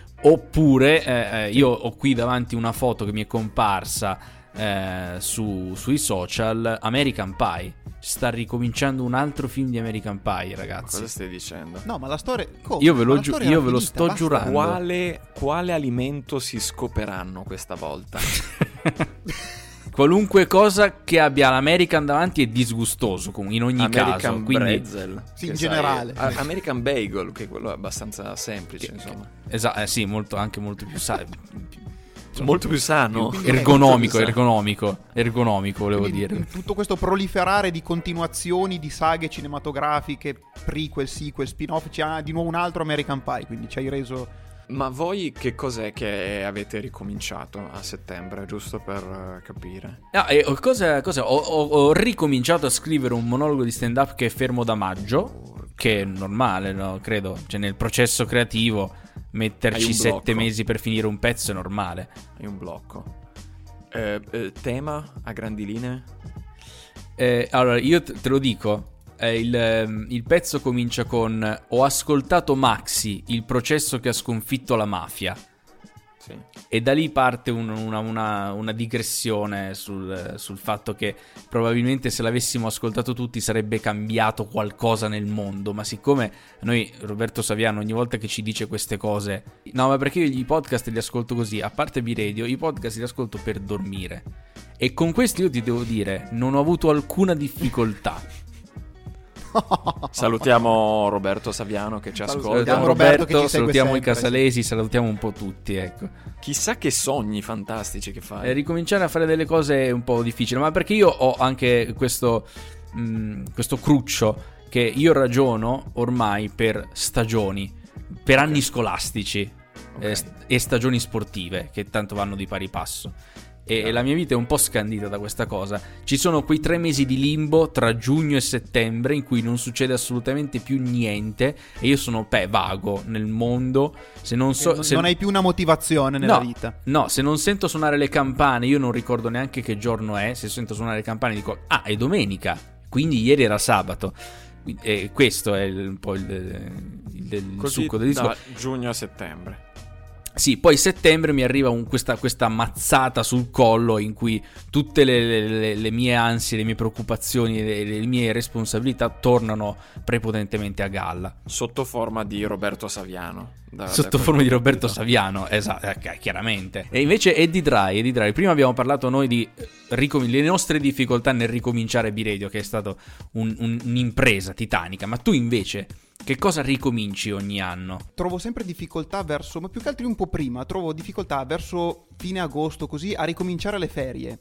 oppure eh, eh, io ho qui davanti una foto che mi è comparsa eh, su, sui social, American Pie. Sta ricominciando un altro film di American Pie, ragazzi. Cosa stai dicendo? No, ma la storia... come? Io ve lo Ma la giu- storia io era ve lo finita, sto basta. giurando. Quale, quale alimento si scoperanno questa volta? Qualunque cosa che abbia l'American davanti è disgustoso, comunque, in ogni American caso. Quindi, Bretzel. Sì, che in sai, generale. a- American Bagel, che quello è abbastanza semplice, insomma. esatto, eh, sì, molto, anche molto più sa- Molto più sano. Quindi- ergonomico, Molto più sano. ergonomico, ergonomico, volevo Quindi, dire. tutto questo proliferare di continuazioni di saghe cinematografiche, prequel, sequel, spin-off, c'è di nuovo un altro American Pie, quindi ci hai reso... Ma voi che cos'è che avete ricominciato a settembre, giusto per eh, capire? Ah, e cosa, cosa- ho, ho- ho ricominciato a scrivere un monologo di stand-up che è fermo da maggio, che è normale, no? Credo. Cioè, nel processo creativo, Hai metterci un sette blocco. mesi per finire un pezzo è normale. Hai un blocco. Eh, eh, tema a grandi linee? Eh, allora, io te te lo dico. eh, il, ehm, il pezzo comincia con: ho ascoltato Maxi, il processo che ha sconfitto la mafia. Sì. E E da lì parte un, una, una, una digressione sul, sul fatto che probabilmente se l'avessimo ascoltato tutti sarebbe cambiato qualcosa nel mondo, ma siccome noi, Roberto Saviano, ogni volta che ci dice queste cose, no, ma perché io i podcast li ascolto così, a parte B-Radio, i podcast li ascolto per dormire, e con questo io ti devo dire, non ho avuto alcuna difficoltà. Salutiamo Roberto Saviano che ci ascolta. Salutiamo Roberto, Roberto, che ci segue salutiamo sempre, i casalesi, salutiamo un po' tutti, ecco. Chissà che sogni fantastici che fai. Eh, ricominciare a fare delle cose è un po' difficile, ma perché io ho anche questo, mh, questo cruccio che io ragiono ormai per stagioni, per anni scolastici, Okay. eh, e stagioni sportive che tanto vanno di pari passo. E Chiaro. la mia vita è un po' scandita da questa cosa. Ci sono quei tre mesi di limbo tra giugno e settembre in cui non succede assolutamente più niente e io sono beh, vago nel mondo. Se non so, non, se non hai più una motivazione nella no, vita. No, se non sento suonare le campane, io non ricordo neanche che giorno è. Se sento suonare le campane dico ah, è domenica, quindi ieri era sabato. E questo è il, un po' il, il, il Così succo del discorso. da giugno a settembre. Sì, poi settembre mi arriva un, questa, questa mazzata sul collo in cui tutte le, le, le mie ansie, le mie preoccupazioni, le, le mie responsabilità tornano prepotentemente a galla. Sotto forma di Roberto Saviano. Da, Sotto da forma di quel Roberto punto. Saviano, esatto, chiaramente. E invece Eddie Dry, Eddie Dry, prima abbiamo parlato noi di ricom- le nostre difficoltà nel ricominciare B-Radio, che è stato un, un, un'impresa titanica, ma tu invece che cosa ricominci ogni anno? Trovo sempre difficoltà verso, ma più che altro un po' prima, trovo difficoltà verso fine agosto così a ricominciare le ferie.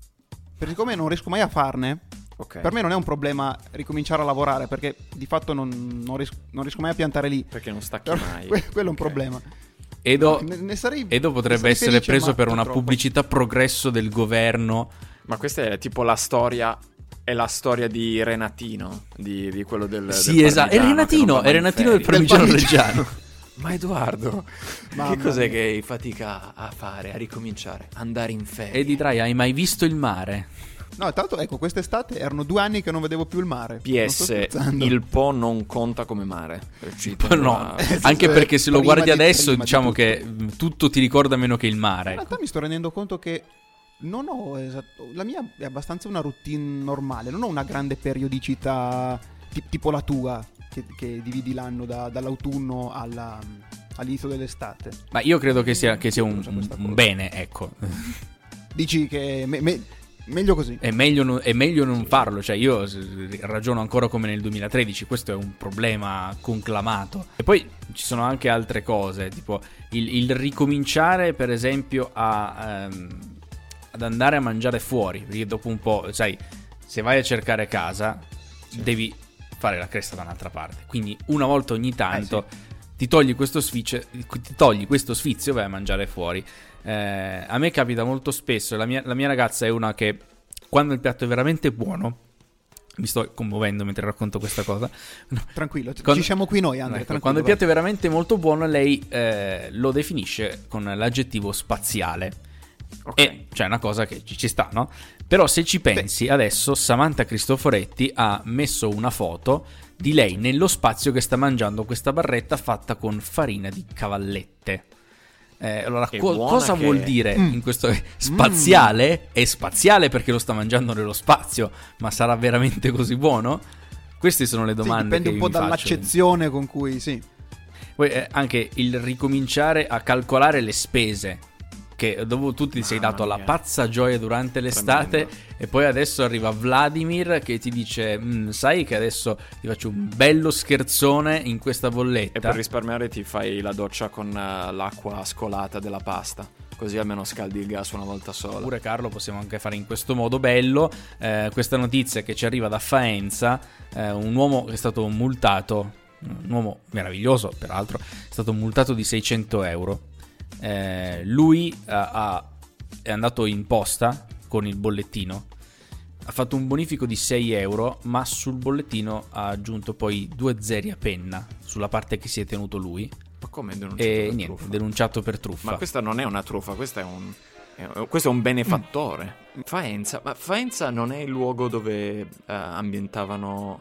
Per siccome non riesco mai a farne, Ok. per me non è un problema ricominciare a lavorare, perché di fatto non, non, ries- non riesco mai a piantare lì. Perché non stacchi Però mai. que- quello è un Ok. problema. Edo, Ne, ne sarei, Edo ne potrebbe sarei essere felice, preso ma per una purtroppo. pubblicità progresso del governo. Ma questa è tipo la storia. È la storia di Renatino. Di, di quello del. Sì, del esatto, è Parmigiano, che non Renatino, va è mai in Renatino del ferie. Parmigiano Del Reggiano. Ma Edoardo, Mamma che cos'è mia. che hai fatica a fare, a ricominciare? Andare in ferie. Eddie Dry, hai mai visto il mare? No, tanto ecco, quest'estate erano due anni che non vedevo più il mare. P Non sto S, scherzando. il Po non conta come mare. Ci Poi tengo no, a- Eh, anche sì, perché se lo prima guardi di- adesso prima di diciamo tutto. che mh, tutto ti ricorda meno che il mare. In realtà mi sto rendendo conto che non ho esatto. La mia è abbastanza una routine normale. Non ho una grande periodicità ti- tipo la tua, che, che dividi l'anno da- dall'autunno alla- all'inizio dell'estate. Ma io credo che sia, che sia un, Uso questa un cosa. bene, ecco. Dici che me- me- meglio così. È meglio, non, è meglio non farlo. Cioè, io s- ragiono ancora come nel duemilatredici. Questo è un problema conclamato. E poi ci sono anche altre cose, tipo il, il ricominciare, per esempio, a, ehm, ad andare a mangiare fuori. Perché dopo un po', sai, se vai a cercare casa, devi fare la cresta da un'altra parte. Quindi una volta ogni tanto ti togli questo sfizio, ti togli questo sfizio e vai a mangiare fuori. Eh, a me capita molto spesso. La mia, la mia ragazza è una che quando il piatto è veramente buono, mi sto commuovendo mentre racconto questa cosa. Tranquillo, ci- Quando- ci siamo qui noi, Andre. Ecco, tranquillo, quando il vai. piatto è veramente molto buono, lei eh, lo definisce con l'aggettivo spaziale. Ok. E cioè è una cosa che ci, ci sta, no? Però se ci pensi, adesso Samantha Cristoforetti ha messo una foto di lei nello spazio che sta mangiando questa barretta fatta con farina di cavallette. Eh, allora, È co- buona cosa che- vuol dire Mm. in questo spaziale? È spaziale perché lo sta mangiando nello spazio, ma sarà veramente così buono? Queste sono le Sì, domande dipende che un po' mi faccio. dall'accezione con cui sì. Poi eh, anche il ricominciare a calcolare le spese, che dopo tu ti sei Mamma dato alla mia. pazza gioia durante l'estate. Tremendo. E poi adesso arriva Vladimir che ti dice "Mm, sai che adesso ti faccio un bello scherzone in questa bolletta". E per risparmiare ti fai la doccia con eh, l'acqua scolata della pasta. Così almeno scaldi il gas una volta sola. Oppure Carlo possiamo anche fare in questo modo bello eh, questa notizia che ci arriva da Faenza, eh, un uomo che è stato multato, un uomo meraviglioso peraltro, è stato multato di seicento euro. Eh, lui ha, ha- è andato in posta con il bollettino, ha fatto un bonifico di sei euro, ma sul bollettino ha aggiunto poi due zeri a penna sulla parte che si è tenuto lui Ma come denunciato e per niente, truffa? denunciato per truffa. Ma questa non è una truffa, questa è un, è- questo è un benefattore. Mm. Faenza, ma Faenza non è il luogo dove eh, ambientavano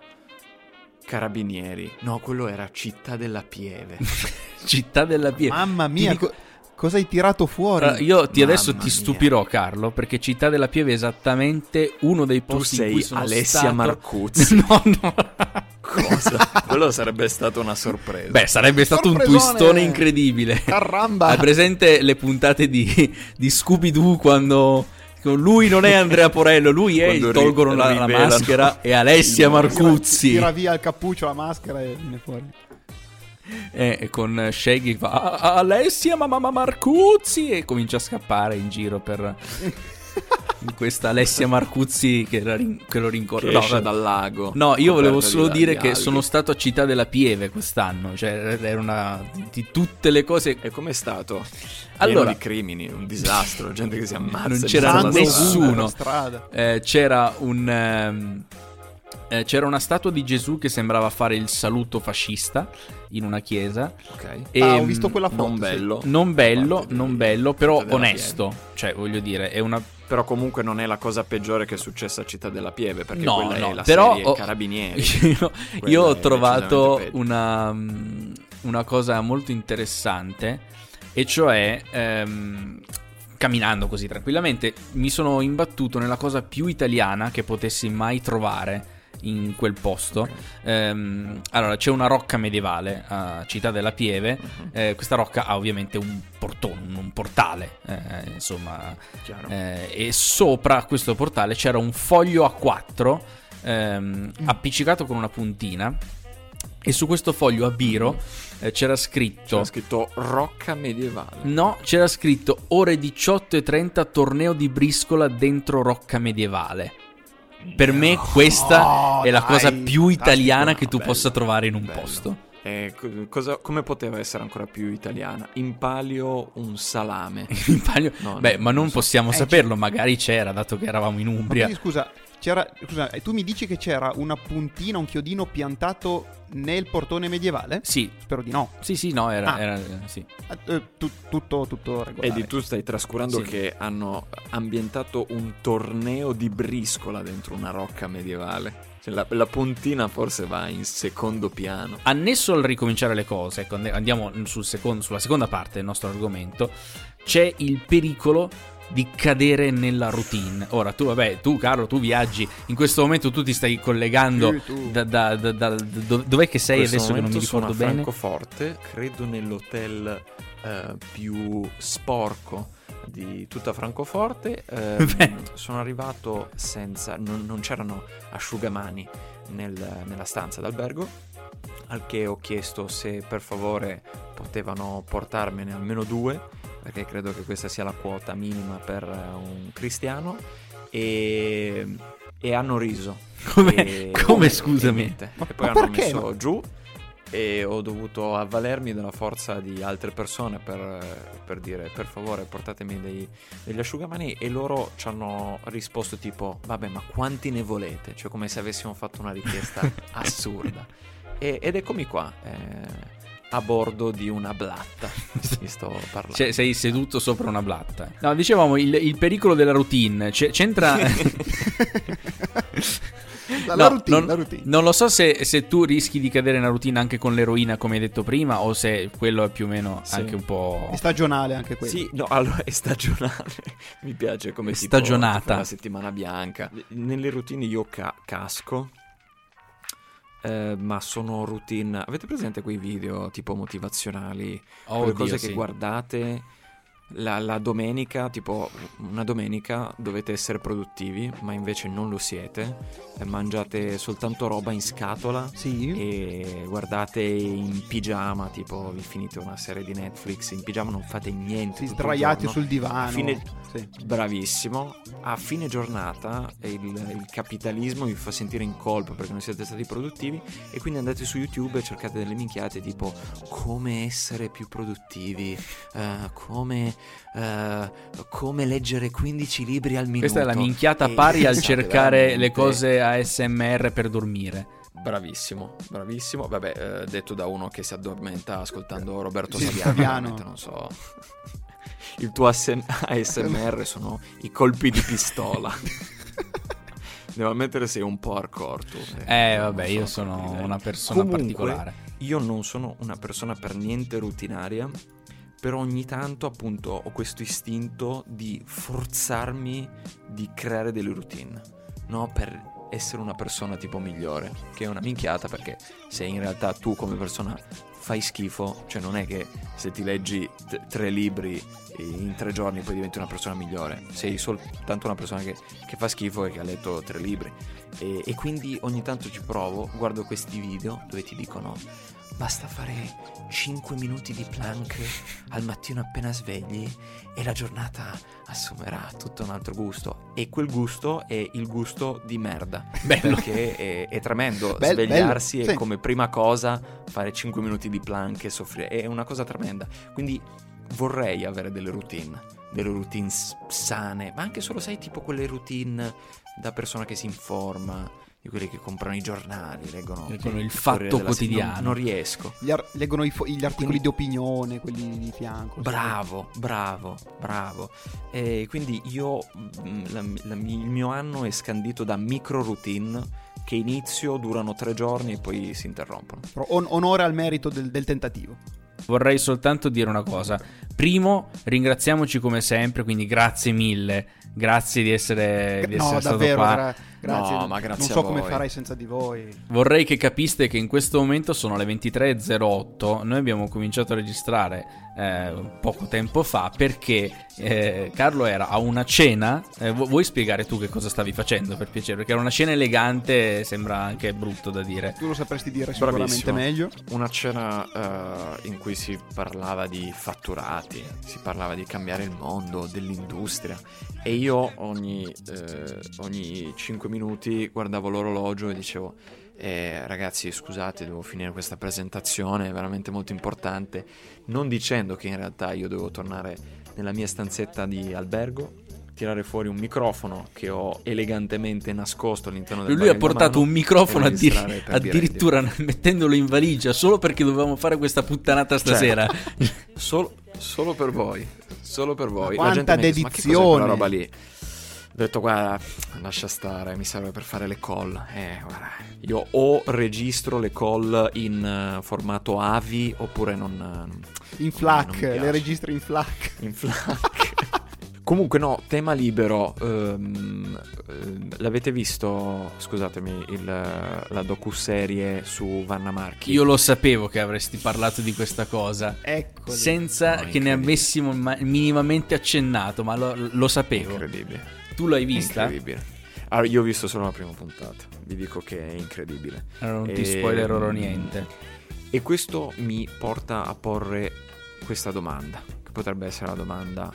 carabinieri. No, quello era Città della Pieve. Città della Pieve. Mamma Ti mia, dico- co- Cosa hai tirato fuori? Allora, io ti Mamma adesso ti mia. stupirò, Carlo, perché Città della Pieve è esattamente uno dei Tu posti in sei cui sono Alessia stato. Marcuzzi. No, no. Cosa? Quello sarebbe stata una sorpresa. Beh, sarebbe stato un Sorpresone! twistone incredibile. Caramba! Hai presente le puntate di, di Scooby-Doo quando lui non è Andrea Porello, lui è, Quando gli tolgono ri- la, la rivelano maschera, e Alessia il- Marcuzzi. Tira via il cappuccio, la maschera e viene fuori. E, e con Shaggy che fa "Ah, Alessia mamma Marcuzzi", e comincia a scappare in giro per in questa Alessia Marcuzzi che, la rin- che lo rincorre. Che No, esce vabbè. dal lago. No, io volevo coperta solo di- dire di che alghe. sono stato a Città della Pieve quest'anno, cioè era una di tutte le cose. E com'è stato? Allora- Pieno di crimini, un disastro, gente che si ammazza. Non in c'era mezzo alla Sangue strada. nessuno. ovunque per strada. Eh, c'era un ehm, eh, c'era una statua di Gesù che sembrava fare il saluto fascista in una chiesa. Ok. E, Ah, ho visto quella foto. Non sì. bello. Non bello, Da parte di- non bello, però Città della onesto. Cioè, voglio dire, è una. Però comunque non è la cosa peggiore che è successa a Città della Pieve, perché No, quella no, è la però serie ho- Carabinieri. io, Quella io ho è trovato decisamente peggio. una, mm, una cosa molto interessante, e cioè ehm, camminando così tranquillamente mi sono imbattuto nella cosa più italiana che potessi mai trovare in quel posto. Ehm, allora, c'è una rocca medievale a Città della Pieve. Mhm. Eh, questa rocca ha ovviamente un portone, un, un portale, eh, insomma, Chiaro. eh, e sopra questo portale c'era un foglio A quattro ehm, appiccicato con una puntina, e su questo foglio a biro eh, c'era scritto C'era scritto Rocca medievale. no, c'era scritto ore diciotto e trenta torneo di briscola dentro Rocca medievale. Per me questa No, è la dai, cosa più italiana fantastico. che tu Bello, possa trovare in un bello. posto. Eh, co- cosa- come poteva essere ancora più italiana? In palio un salame. In palio- No, Beh, no, ma non non so. possiamo Eh, saperlo, magari c'era, dato che eravamo in Ma Umbria. quindi, scusa, c'era, scusa, eh, tu mi dici che c'era una puntina, un chiodino piantato nel portone medievale? Sì, Spero di no. sì, sì, no, era, Ah. era- sì. Eh, tu- tutto, tutto regolare. E di tu stai trascurando Sì. che hanno ambientato un torneo di briscola dentro una rocca medievale. Cioè, la, la puntina forse va in secondo piano. Annesso al ricominciare le cose, ecco, and- andiamo sul secondo- sulla seconda parte del nostro argomento, c'è il pericolo di cadere nella routine. Ora, tu, vabbè, tu Carlo, tu viaggi, in questo momento tu ti stai collegando Sì, tu. da, da- da- da- do- dov'è che sei In questo adesso che non mi momento sono ricordo a bene? Francoforte, credo nell'hotel eh, più sporco di tutta Francoforte. Ehm, Beh. sono arrivato senza, non, non c'erano asciugamani nel- nella stanza d'albergo, al che ho chiesto se per favore potevano portarmene almeno due, perché credo che questa sia la quota minima per eh, un cristiano, e, e hanno riso. Come, E- come, e scusami? niente. Ma- e poi ma hanno perché? messo giù, e ho dovuto avvalermi della forza di altre persone per, per dire per favore portatemi dei- degli asciugamani, e loro ci hanno risposto tipo vabbè, ma quanti ne volete? Cioè come se avessimo fatto una richiesta assurda. E- ed eccomi qua, eh, a bordo di una blatta vi sto parlando. Cioè, sei seduto sopra una blatta. No, dicevamo il, il pericolo della routine. C- c'entra. La, No, la routine, non, la routine. non lo so se, se tu rischi di cadere nella routine anche con l'eroina, come hai detto prima, o se quello è più o meno Sì. anche un po'. È stagionale anche quello. Sì, no, allora è stagionale. Mi piace come È tipo stagionata. la settimana bianca. Nelle routine io ca- casco. eh, ma sono routine. Avete presente quei video tipo motivazionali? Oh, quelle Dio, cose sì. che guardate la, la domenica, tipo una domenica dovete essere produttivi, ma invece non lo siete. eh, Mangiate soltanto roba in scatola. Sì. E guardate in pigiama, tipo vi finite una serie di Netflix in pigiama, non fate niente. Si tutto il sdraiati giorno. sul divano. A fine- Sì. Bravissimo. A fine giornata il, il capitalismo vi fa sentire in colpa perché non siete stati produttivi, e quindi andate su YouTube e cercate delle minchiate tipo come essere più produttivi, eh, come, eh, come leggere quindici libri al minuto. Questa è la minchiata E pari al pensate cercare veramente- le cose A S M R per dormire. Bravissimo, bravissimo. Vabbè, eh, detto da uno che si addormenta ascoltando Roberto Sì, Saviano, Saviano. veramente non so. Il tuo A S M R sono i colpi di pistola. Devo ammettere sei un po' hardcore tu. Eh, Non vabbè, so io come sono dire. una persona Comunque, particolare. Io non sono una persona per niente rutinaria, però ogni tanto appunto ho questo istinto di forzarmi di creare delle routine, no? Per essere una persona tipo migliore, che è una minchiata, perché se in realtà tu come persona fai schifo, cioè non è che se ti leggi t- tre libri in tre giorni poi diventi una persona migliore, sei soltanto una persona che, che fa schifo e che ha letto tre libri. E, e quindi ogni tanto ci provo, guardo questi video dove ti dicono basta fare cinque minuti di plank al mattino appena svegli e la giornata assumerà tutto un altro gusto, e quel gusto è il gusto di merda. Bello. Perché è, è tremendo. Bel, svegliarsi bello. E sì. Come prima cosa fare cinque minuti di plank e soffrire è una cosa tremenda. Quindi vorrei avere delle routine, delle routine sane, ma anche solo, sai, tipo quelle routine da persona che si informa, di quelli che comprano i giornali, leggono, leggono il Fatto Quotidiano. Non, non riesco. Gli ar- leggono i fo- gli articoli quindi, di opinione, quelli di fianco. Bravo, sì. bravo, bravo. E quindi io, la, la, il mio anno è scandito da micro routine che inizio, durano tre giorni e poi si interrompono. Però on- onore al merito del, del tentativo. Vorrei soltanto dire una cosa. Primo, ringraziamoci come sempre, quindi grazie mille. Grazie di essere, di essere no, stato davvero, qua. Gra- grazie. No, ma grazie non so a voi. come farai senza di voi. Vorrei che capiste che in questo momento sono le ventitré e zero otto. Noi abbiamo cominciato a registrare eh, poco tempo fa perché eh, Carlo era a una cena. Eh, vu- vuoi spiegare tu che cosa stavi facendo, per piacere? Perché era una cena elegante, sembra anche brutto da dire. Tu lo sapresti dire sicuramente Bravissimo. meglio. Una cena uh, in cui si parlava di fatturati, si parlava di cambiare il mondo, dell'industria, e io ogni, eh, ogni cinque minuti guardavo l'orologio e dicevo eh, ragazzi scusate, devo finire questa presentazione, è veramente molto importante, non dicendo che in realtà io dovevo tornare nella mia stanzetta di albergo, tirare fuori un microfono che ho elegantemente nascosto all'interno del lui ha portato un microfono addir- addirittura Biredio. mettendolo in valigia solo perché dovevamo fare questa puttanata stasera. Certo. Solo, solo per voi, solo per voi. Ma quanta la gente mi dice, ma che cos'è quella roba lì? Ho detto guarda, lascia stare, mi serve per fare le call. Eh, guarda, io o registro le call in uh, formato A V I oppure non... In FLAC, non le registri in FLAC. In FLAC. Comunque no, tema libero, um, l'avete visto, scusatemi, il, la docuserie su Vanna Marchi? Io lo sapevo che avresti parlato di questa cosa, Eccoli. senza No, che ne avessimo ma- minimamente accennato, ma lo, lo sapevo. Incredibile. Tu l'hai vista? Incredibile. Allora, io ho visto solo la prima puntata, vi dico che è incredibile. Allora non ti E, spoilerò niente. E questo mi porta a porre questa domanda, che potrebbe essere la domanda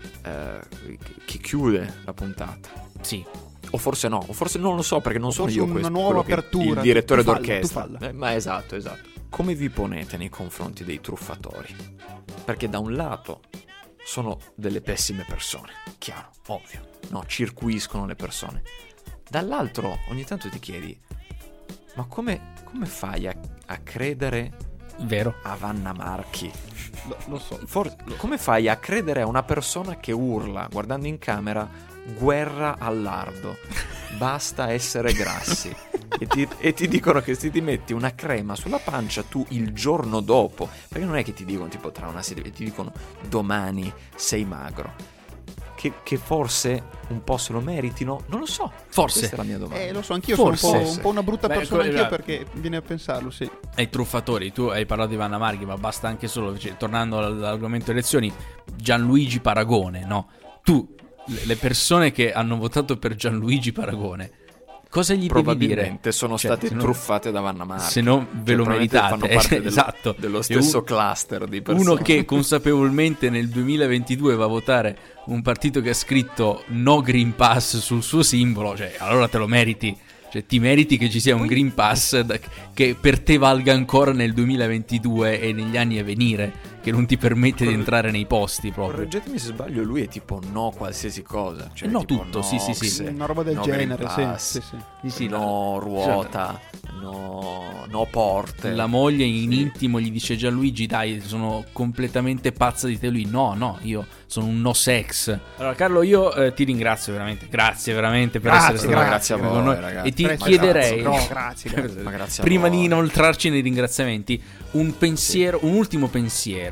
eh, che chiude la puntata. Sì. O forse no, o forse non lo so, perché non sono Forse io una questo, nuova quello che- apertura. il direttore Tu falla, d'orchestra. tu falla. Eh, ma esatto, esatto. Come vi ponete nei confronti dei truffatori? Perché da un lato sono delle pessime persone, chiaro, ovvio, no, circuiscono le persone. Dall'altro ogni tanto ti chiedi, ma come, come fai a, a credere Vero. a Vanna Marchi? Lo, lo so. For- come fai a credere a una persona che urla guardando in camera guerra al lardo, basta essere grassi, e, ti, e ti dicono che se ti metti una crema sulla pancia tu il giorno dopo, perché non è che ti dicono tipo tra una settimana, ti dicono domani sei magro, che, che forse un po' se lo meritino, non lo so, Forse. questa è la mia domanda. Eh, lo so, anch'io Forse. sono un po', un po' una brutta Beh, persona que- anch'io, perché viene a pensarlo, sì. Ai truffatori, tu hai parlato di Vanna Marchi, ma basta anche solo, cioè, tornando all'argomento elezioni, Gianluigi Paragone, no? Tu, le- le persone che hanno votato per Gianluigi Paragone, cosa gli devi dire? Probabilmente sono Cioè, state se no- truffate da Vanna Marchi. se non ve lo probabilmente meritate. fanno parte dello, Esatto. dello E stesso un- cluster di persone. Uno che consapevolmente nel duemilaventidue va a votare un partito che ha scritto no Green Pass sul suo simbolo, cioè allora te lo meriti. Cioè ti meriti che ci sia un Green Pass da- che per te valga ancora nel duemilaventidue e negli anni a venire, che non ti permette di entrare nei posti proprio. Correggetemi se sbaglio, lui è tipo no qualsiasi cosa. Cioè, Eh, no, tipo tutto, sì, sì, sì. Nox, Una roba del no genere, Green sì, Pass, sì, sì. Sì, sì, no ruota, no, no porte. La moglie in Sì. intimo gli dice Gianluigi dai sono completamente pazza di te, lui no no io sono un no sex. Allora Carlo io eh, ti ringrazio veramente, grazie veramente per Grazie, essere stato grazie a con voi, noi. ragazzi. E ti Ma chiederei grazie, no, grazie, grazie. Ma grazie a prima voi. di inoltrarci nei ringraziamenti un pensiero, un ultimo pensiero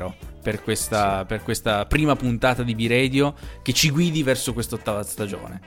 per questa, per questa prima puntata di B-Radio che ci guidi verso quest'ottava stagione?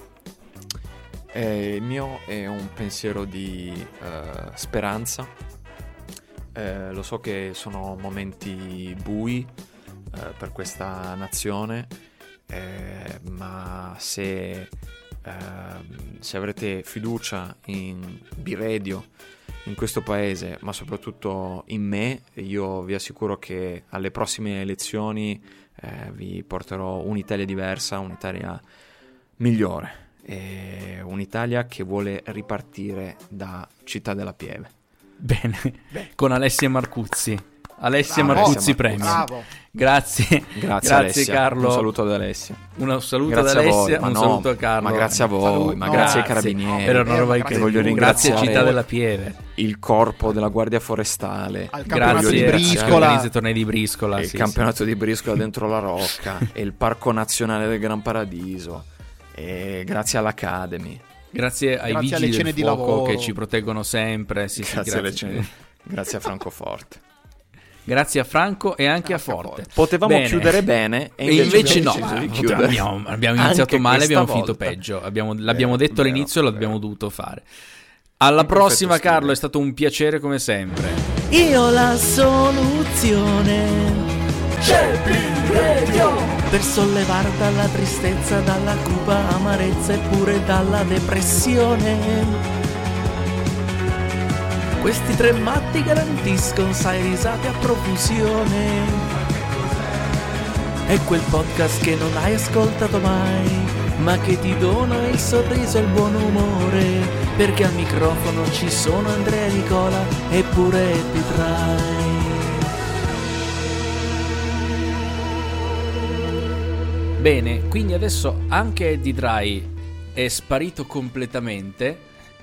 Eh, il mio è un pensiero di eh, speranza. Eh, lo so che sono momenti bui eh, per questa nazione, eh, ma se, eh, se avrete fiducia in B-Radio, in questo paese, ma soprattutto in me, io vi assicuro che alle prossime elezioni eh, vi porterò un'Italia diversa, un'Italia migliore, e un'Italia che vuole ripartire da Città della Pieve. Bene, con Alessia Marcuzzi. Alessia Bravo. Marcuzzi Alessia Premium. Bravo. Grazie, Grazie, grazie Alessia. Carlo. Un saluto ad Alessia. Un saluto Grazie ad a voi, Alessia, ma un no, saluto a Carlo. ma grazie a voi, Saluto. ma No, grazie ai grazie. carabinieri. Per una roba Eh, incredibile. voglio Grazie ringraziare Città della Pieve. Il corpo della Guardia Forestale, Al campionato Grazie di agli Briscola. organizzatori di Briscola. il sì, campionato di Briscola dentro la Rocca e il Parco Nazionale del Gran Paradiso, e grazie all'Academy, sì. Grazie ai Grazie alle vigili cene del di fuoco lavoro. che ci proteggono sempre. Sì, sì, grazie, alle grazie. cene- grazie a Francoforte. Grazie a Franco e anche Grazie a a Forte. Forte. Potevamo Bene. chiudere bene e E invece, invece, no, abbiamo deciso di ma chiudere. abbiamo, abbiamo iniziato Anche male, questa abbiamo finito volta. peggio. Abbiamo- l'abbiamo Vero, detto all'inizio e vero, l'abbiamo vero. dovuto fare. Alla In prossima, perfetto Carlo, stile. è stato un piacere come sempre. Io ho la soluzione C'è B-Radio, per sollevare dalla tristezza, dalla cupa amarezza e pure dalla depressione. Questi tre matti garantiscono, sai, risate a profusione. È quel podcast che non hai ascoltato mai, ma che ti dona il sorriso e il buon umore, perché al microfono ci sono Andrea e Nicola e pure Eddie Trai. Bene, quindi adesso anche Eddie Dry è sparito completamente.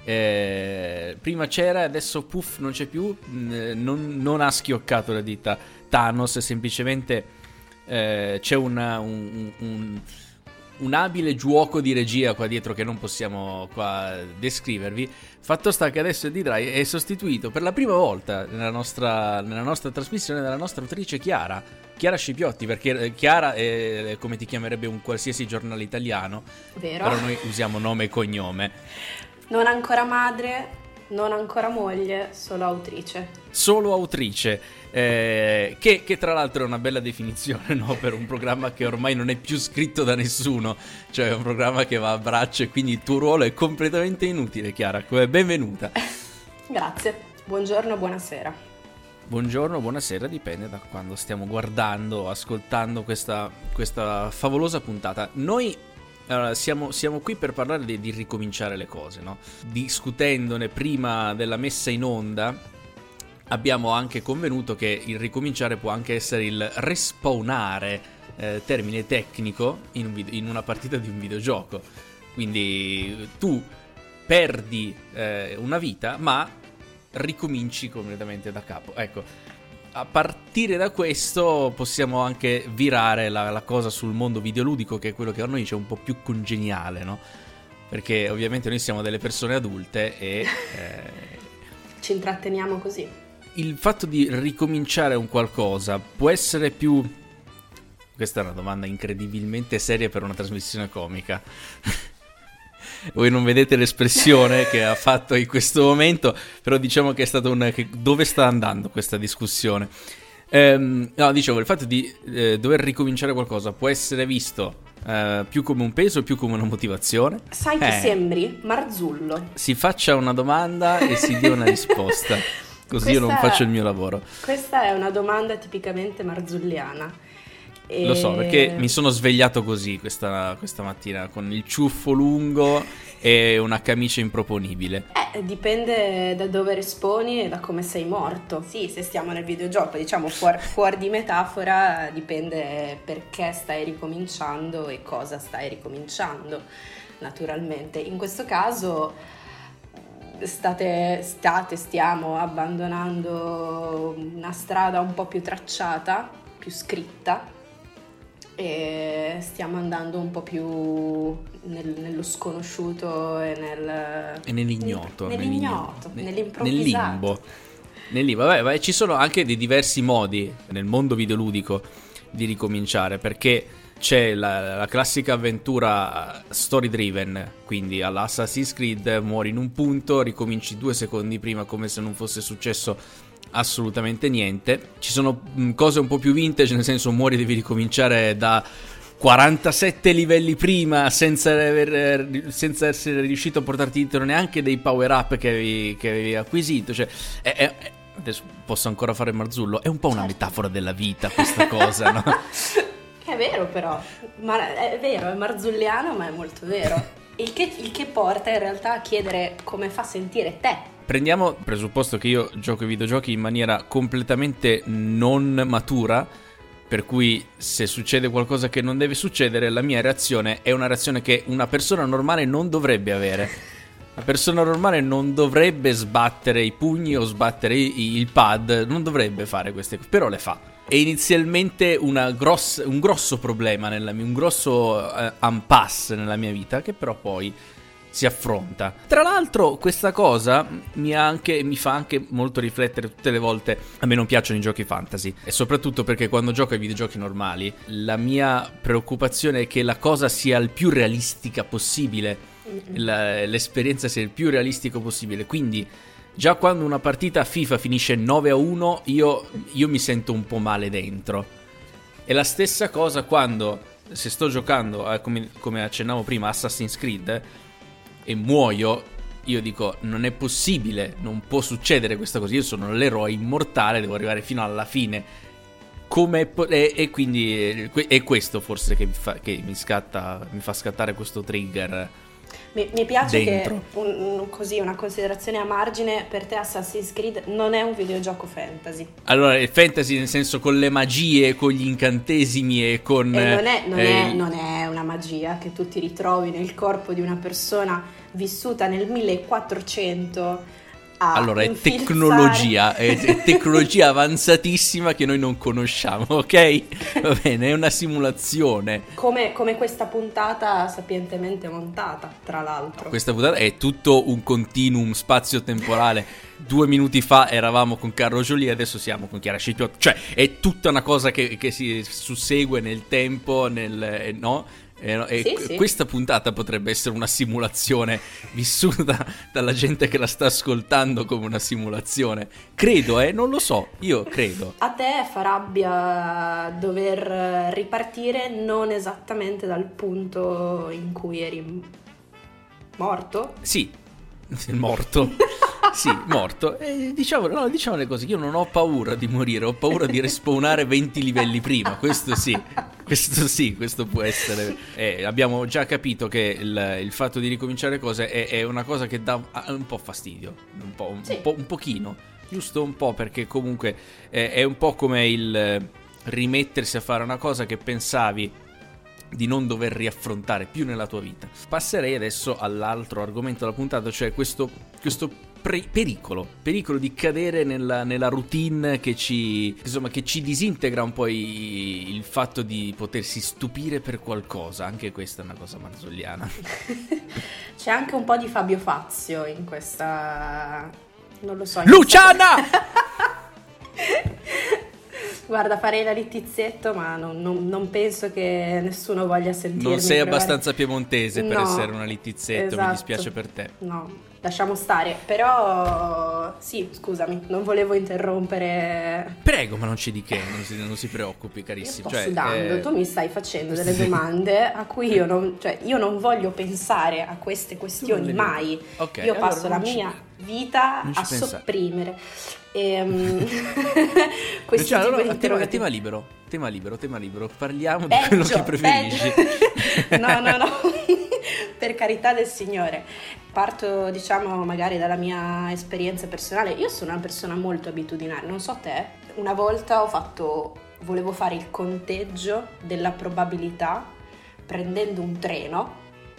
Eh, prima c'era, adesso puff, non c'è più. Mh, non, non ha schioccato la dita Thanos, semplicemente eh, c'è una, un, un, un abile gioco di regia qua dietro che non possiamo qua descrivervi. Fatto sta che adesso Eddie Dry è sostituito per la prima volta nella nostra, nella nostra trasmissione dalla nostra autrice Chiara Chiara Scipiotti, perché Chiara è come ti chiamerebbe un qualsiasi giornale italiano, Vero? però noi usiamo nome e cognome. Non ancora madre, non ancora moglie, solo autrice. Solo autrice, eh, che, che tra l'altro è una bella definizione, no? Per un programma che ormai non è più scritto da nessuno, cioè è un programma che va a braccio e quindi il tuo ruolo è completamente inutile, Chiara. Benvenuta. Grazie, buongiorno, buonasera. Buongiorno, buonasera, dipende da quando stiamo guardando, ascoltando questa, questa favolosa puntata. Noi allora, siamo, siamo qui per parlare di, di ricominciare le cose, no? Discutendone prima della messa in onda, abbiamo anche convenuto che il ricominciare può anche essere il respawnare, eh, termine tecnico, in, un video, in una partita di un videogioco. Quindi tu perdi eh, una vita, ma ricominci completamente da capo. Ecco, a partire da questo possiamo anche virare la, la cosa sul mondo videoludico, che è quello che a noi c'è un po' più congeniale, no? Perché ovviamente noi siamo delle persone adulte e eh, Ci intratteniamo così. il fatto di ricominciare un qualcosa può essere più... Questa è una domanda incredibilmente seria per una trasmissione comica. Voi non vedete l'espressione che ha fatto in questo momento, però diciamo che è stato un... Che, dove sta andando questa discussione? Ehm, no, dicevo, il fatto di eh, dover ricominciare qualcosa può essere visto eh, più come un peso o più come una motivazione. Sai chi Eh, sembri? Marzullo. Si faccia una domanda e si dia una risposta, così io non Questa- faccio il mio lavoro. Questa è una domanda tipicamente marzulliana. E- Lo so, perché mi sono svegliato così questa, questa mattina, con il ciuffo lungo e una camicia improponibile. Eh, dipende da dove risponi e da come sei morto. Sì, se stiamo nel videogioco, diciamo fuor- fuori di metafora, dipende perché stai ricominciando e cosa stai ricominciando, naturalmente. In questo caso state, state, stiamo abbandonando una strada un po' più tracciata, più scritta, e stiamo andando un po' più nel- nello sconosciuto e nel E nell'ignoto, nell'ignoto, nell'igno- nell'improvvisato. nel limbo. nel libro. Vabbè, vabbè, ci sono anche dei diversi modi nel mondo videoludico di ricominciare, perché c'è la, la classica avventura story driven, quindi all'Assassin's Creed muori in un punto, ricominci due secondi prima come se non fosse successo assolutamente niente. Ci sono mh, cose un po' più vintage, nel senso muori devi ricominciare da quarantasette livelli prima senza, aver, senza essere riuscito a portarti dietro neanche dei power up che avevi, che avevi acquisito. Cioè, è, è, adesso posso ancora fare il marzullo, è un po' una certo. metafora della vita questa cosa, no? È vero però, ma è vero, è marzulliano ma è molto vero. Il che, il che porta in realtà a chiedere come fa sentire te. Prendiamo il presupposto che io gioco ai videogiochi in maniera completamente non matura, per cui se succede qualcosa che non deve succedere, la mia reazione è una reazione che una persona normale non dovrebbe avere. Una persona normale non dovrebbe sbattere i pugni o sbattere il pad, non dovrebbe fare queste cose, però le fa. È inizialmente una gross, un grosso problema, nella mia, un grosso uh, impasse nella mia vita, che però poi si affronta. Tra l'altro questa cosa mi, ha anche, mi fa anche molto riflettere tutte le volte. A me non piacciono i giochi fantasy, e soprattutto perché quando gioco ai videogiochi normali la mia preoccupazione è che la cosa sia il più realistica possibile, la, l'esperienza sia il più realistico possibile. Quindi già quando una partita a FIFA finisce nove a uno io, io mi sento un po' male dentro. E la stessa cosa quando, se sto giocando eh, come, come accennavo prima, Assassin's Creed, e muoio, io dico non è possibile, non può succedere questa cosa, io sono l'eroe immortale, devo arrivare fino alla fine. Come po- e, e quindi è questo forse che mi fa, che mi scatta, mi fa scattare questo trigger. Mi, mi piace dentro. che un, un, così una considerazione a margine, per te Assassin's Creed non è un videogioco fantasy. Allora, è fantasy nel senso con le magie, con gli incantesimi e con E non è, non, eh, è, non è una magia che tu ti ritrovi nel corpo di una persona vissuta nel millequattrocento a allora è infilzare... tecnologia, è, è tecnologia avanzatissima che noi non conosciamo, ok? Va bene, è una simulazione. Come, come questa puntata sapientemente montata, tra l'altro. Questa puntata è tutto un continuum spazio-temporale. Due minuti fa eravamo con Carlo Jolie, adesso siamo con Chiara Scipiotto. Cioè, è tutta una cosa che, che si sussegue nel tempo, nel, eh, no? E, e Sì, sì. Questa puntata potrebbe essere una simulazione vissuta dalla gente che la sta ascoltando come una simulazione. Credo, eh, non lo so, io credo. A te fa rabbia dover ripartire non esattamente dal punto in cui eri morto? Sì, morto. Sì, morto. E diciamo, no, diciamo le cose, che io non ho paura di morire, ho paura di respawnare venti livelli prima, questo sì. Questo sì, questo può essere. Eh, abbiamo già capito che il, il fatto di ricominciare cose è, è una cosa che dà un po' fastidio, un po', un, Sì. un po', un pochino, giusto un po', perché comunque è, è un po' come il rimettersi a fare una cosa che pensavi di non dover riaffrontare più nella tua vita. Passerei adesso all'altro argomento della puntata, cioè questo, questo pre- pericolo, pericolo di cadere nella, nella routine che ci, insomma, che ci disintegra un po' i, il fatto di potersi stupire per qualcosa. Anche questa è una cosa marzulliana. C'è anche un po' di Fabio Fazio in questa... non lo so. in Luciana! questa- Guarda, farei la littizzetto, ma non, non- non penso che nessuno voglia sentirmi. Non sei provare- abbastanza piemontese per No, essere una littizzetto, mi esatto. dispiace per te. No, lasciamo stare. Però sì, scusami, non volevo interrompere. Prego, ma non c'è di che, non si, non si preoccupi, Io carissimo. sto Cioè, sudando, eh, tu mi stai facendo delle sì. domande a cui io non, cioè, io non voglio pensare a queste questioni le mai. Ok, io allora passo la non ci- mia vita non ci a pensare. sopprimere. Ehm, questi Cioè, tipi allora, di tema, interrogativi. tema libero, tema libero, tema libero. Parliamo di Peggio, quello che preferisci. peggio. No, no, no. Per carità del Signore. Parto, diciamo, magari dalla mia esperienza personale. Io sono una persona molto abitudinaria, non so te. Una volta ho fatto, volevo fare il conteggio della probabilità, prendendo un treno,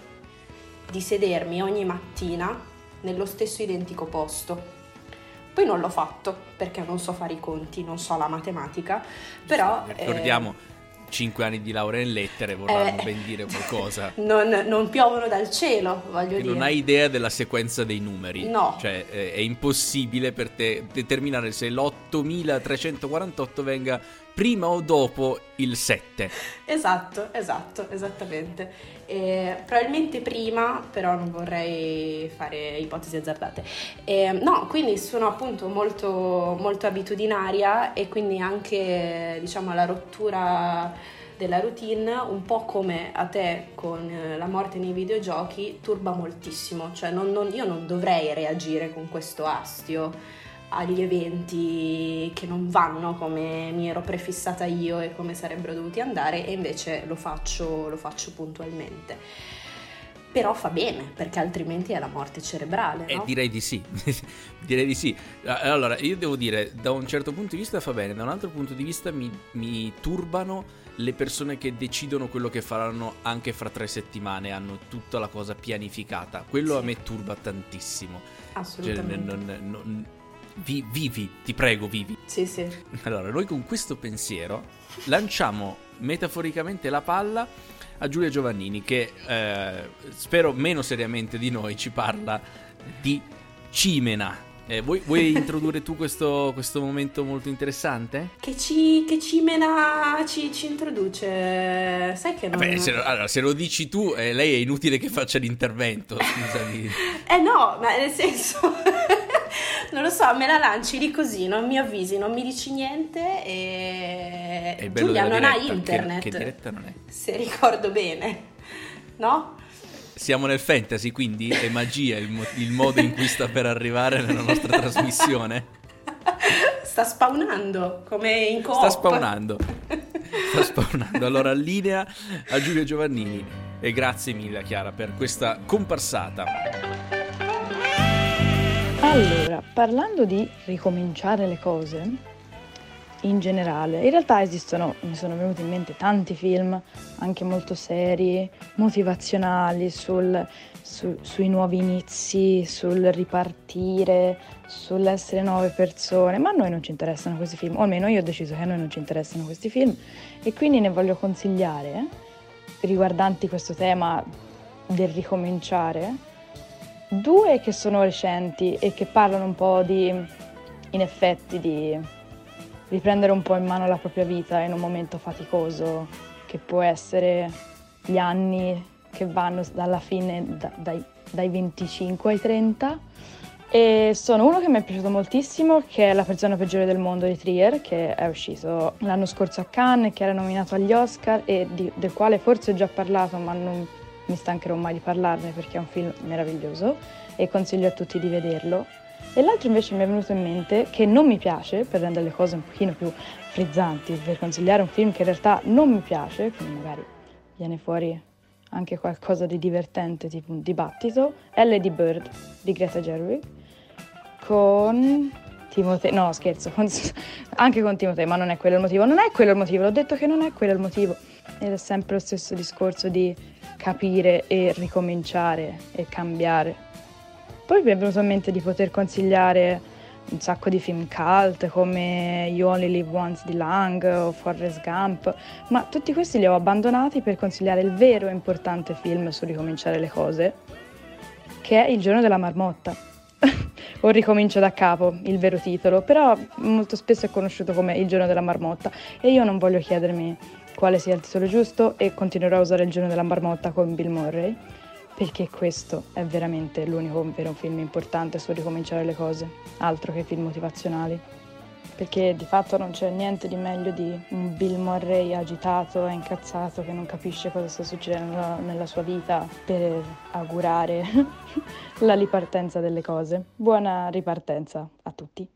di sedermi ogni mattina nello stesso identico posto. Poi non l'ho fatto perché non so fare i conti, non so la matematica, però... Ricordiamo, cinque anni di laurea in lettere vorranno Eh. ben dire qualcosa. Non, non piovono dal cielo, voglio Che dire. non hai idea della sequenza dei numeri. No. Cioè è, è impossibile per te determinare se l'ottomilatrecentoquarantotto venga prima o dopo il sette. Esatto, esatto, esattamente. Eh, probabilmente prima, però non vorrei fare ipotesi azzardate. Eh, no, quindi sono appunto molto, molto abitudinaria e quindi anche, diciamo, la rottura della routine, un po' come a te con eh, la morte nei videogiochi, turba moltissimo. Cioè non- non- io non dovrei reagire con questo astio agli eventi che non vanno come mi ero prefissata io e come sarebbero dovuti andare, e invece lo faccio, lo faccio puntualmente. Però fa bene, perché altrimenti è la morte cerebrale, Eh, no? direi di sì. Direi di sì. Allora, io devo dire, da un certo punto di vista fa bene, da un altro punto di vista mi, mi turbano le persone che decidono quello che faranno anche fra tre settimane, hanno tutta la cosa pianificata. Quello Sì. a me turba tantissimo. Cioè, Assolutamente. non- non- non- vi- vivi, ti prego, vivi. Sì, sì. Allora, noi con questo pensiero lanciamo metaforicamente la palla a Giulia Giovannini, che eh, spero meno seriamente di noi ci parla di Cimena. Eh, vuoi, vuoi introdurre tu questo, questo momento molto interessante? Che ci, che Cimena ci, ci introduce? Sai che non... Vabbè, se, allora, se lo dici tu, eh, lei è inutile che faccia l'intervento, scusami. Eh no, ma nel senso... non lo so, me la lanci lì così, non mi avvisi, non mi dici niente e... È il bello Giulia della non ha diretta, che- internet, che diretta non è. se ricordo bene, no? Siamo nel fantasy, quindi è magia il, mo- il modo in cui sta per arrivare nella nostra trasmissione. Sta spawnando, come in coop. Sta spawnando. Sta spawnando. Allora, linea a Giulia Giovannini. E grazie mille a Chiara per questa comparsata. Allora, parlando di ricominciare le cose, in generale, in realtà esistono, mi sono venuti in mente tanti film, anche molto seri, motivazionali, sul, su- sui nuovi inizi, sul ripartire, sull'essere nuove persone, ma a noi non ci interessano questi film, o almeno io ho deciso che a noi non ci interessano questi film, e quindi ne voglio consigliare, riguardanti questo tema del ricominciare, due che sono recenti e che parlano un po' di, in effetti, di riprendere un po' in mano la propria vita in un momento faticoso che può essere gli anni che vanno dalla fine, da- dai, dai venticinque ai trenta. E sono uno che mi è piaciuto moltissimo, che è La persona peggiore del mondo di Trier, che è uscito l'anno scorso a Cannes, che era nominato agli Oscar e di- del quale forse ho già parlato, ma non mi stancherò mai di parlarne perché è un film meraviglioso e consiglio a tutti di vederlo. E l'altro invece mi è venuto in mente, che non mi piace, per rendere le cose un pochino più frizzanti, per consigliare un film che in realtà non mi piace, quindi magari viene fuori anche qualcosa di divertente, tipo un dibattito, è Lady Bird di Greta Gerwig, con Timothée, no scherzo, con- anche con Timothée, ma non è quello il motivo, non è quello il motivo, l'ho detto che non è quello il motivo. Ed è sempre lo stesso discorso di capire e ricominciare e cambiare. Poi mi è venuto in mente di poter consigliare un sacco di film cult come You Only Live Once di Lang o Forrest Gump, ma tutti questi li ho abbandonati per consigliare il vero e importante film su ricominciare le cose, che è Il giorno della marmotta. O Ricomincio da capo, il vero titolo, però molto spesso è conosciuto come Il giorno della marmotta e io non voglio chiedermi quale sia il titolo giusto e continuerò a usare Il giorno della marmotta con Bill Murray, perché questo è veramente l'unico vero film importante su ricominciare le cose, altro che film motivazionali, perché di fatto non c'è niente di meglio di un Bill Murray agitato e incazzato che non capisce cosa sta succedendo nella, nella sua vita per augurare la ripartenza delle cose. Buona ripartenza a tutti.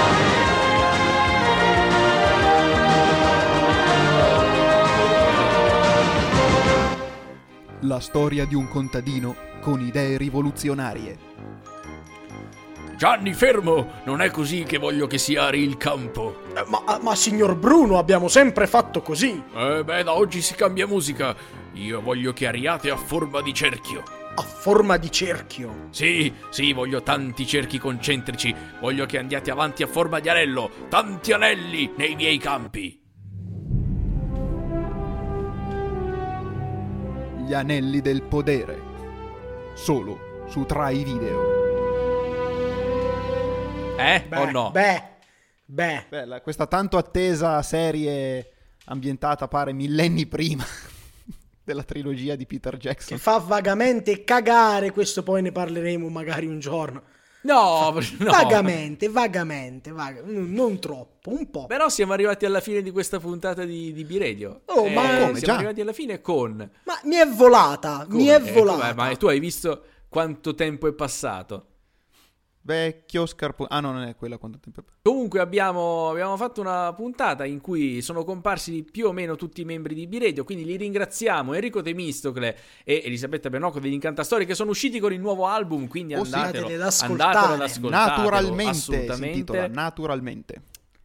La storia di un contadino con idee rivoluzionarie. Gianni, fermo! Non è così che voglio che si ari il campo. Eh, Ma, ma signor Bruno, abbiamo sempre fatto così. Eh beh, da oggi si cambia musica. Io voglio che ariate a forma di cerchio. A forma di cerchio. Sì, sì, voglio tanti cerchi concentrici. Voglio che andiate avanti a forma di anello. Tanti anelli nei miei campi. Gli anelli del podere. Solo su Trai Video. Eh? Beh, o no? Beh, beh. Bella, questa tanto attesa serie ambientata pare millenni prima della trilogia di Peter Jackson. Che fa vagamente cagare, questo poi ne parleremo magari un giorno. No, no. Vagamente, vagamente, vag- non troppo, un po'. Però siamo arrivati alla fine di questa puntata di, di B-Radio. Oh, eh, ma come, siamo già? arrivati alla fine con... Ma mi è volata, Come? mi è Eh, volata. com'è? Ma tu hai visto quanto tempo è passato? Vecchio scarpone. Ah no, non è quella quanto tempo è. Comunque abbiamo, abbiamo fatto una puntata in cui sono comparsi più o meno tutti i membri di B-Radio, quindi li ringraziamo, Enrico Temistocle e Elisabetta Benocco degli Incantastorie, che sono usciti con il nuovo album, quindi Oh, sì. andatelo, Andateli ad ascoltare. andatelo ad ascoltarlo, Naturalmente si assolutamente. intitola Naturalmente.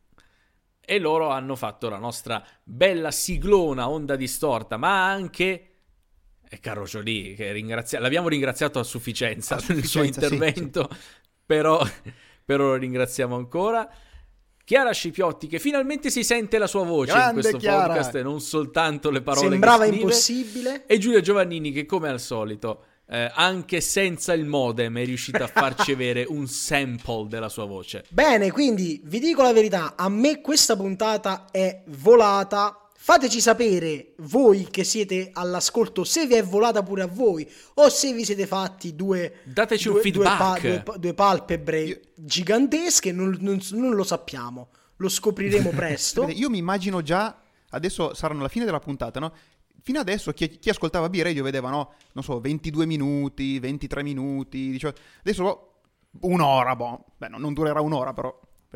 E loro hanno fatto la nostra bella siglona Onda Distorta, ma anche... E caro Jolie, che ringrazia... l'abbiamo ringraziato a sufficienza, A nel suo sufficienza, sì, intervento, però, però lo ringraziamo ancora. Chiara Scipiotti, che finalmente si sente la sua voce Grande in questo Chiara. podcast e non soltanto le parole Sembrava che scrive. impossibile. E Giulia Giovannini, che come al solito, eh, anche senza il modem, è riuscita a farci avere un sample della sua voce. Bene, quindi vi dico la verità, a me questa puntata è volata. Fateci sapere voi che siete all'ascolto se vi è volata pure a voi o se vi siete fatti due, Dateci un due, feedback. Due, pa- due, due palpebre Io- gigantesche, non, non- non lo sappiamo, lo scopriremo presto. Sapete, io mi immagino già, adesso saranno la fine della puntata, no? Fino adesso chi, chi ascoltava B-Radio vedeva, no? Non so, ventidue minuti, ventitré minuti, diciotto. Adesso boh, un'ora, boh. Beh, no, non durerà un'ora, però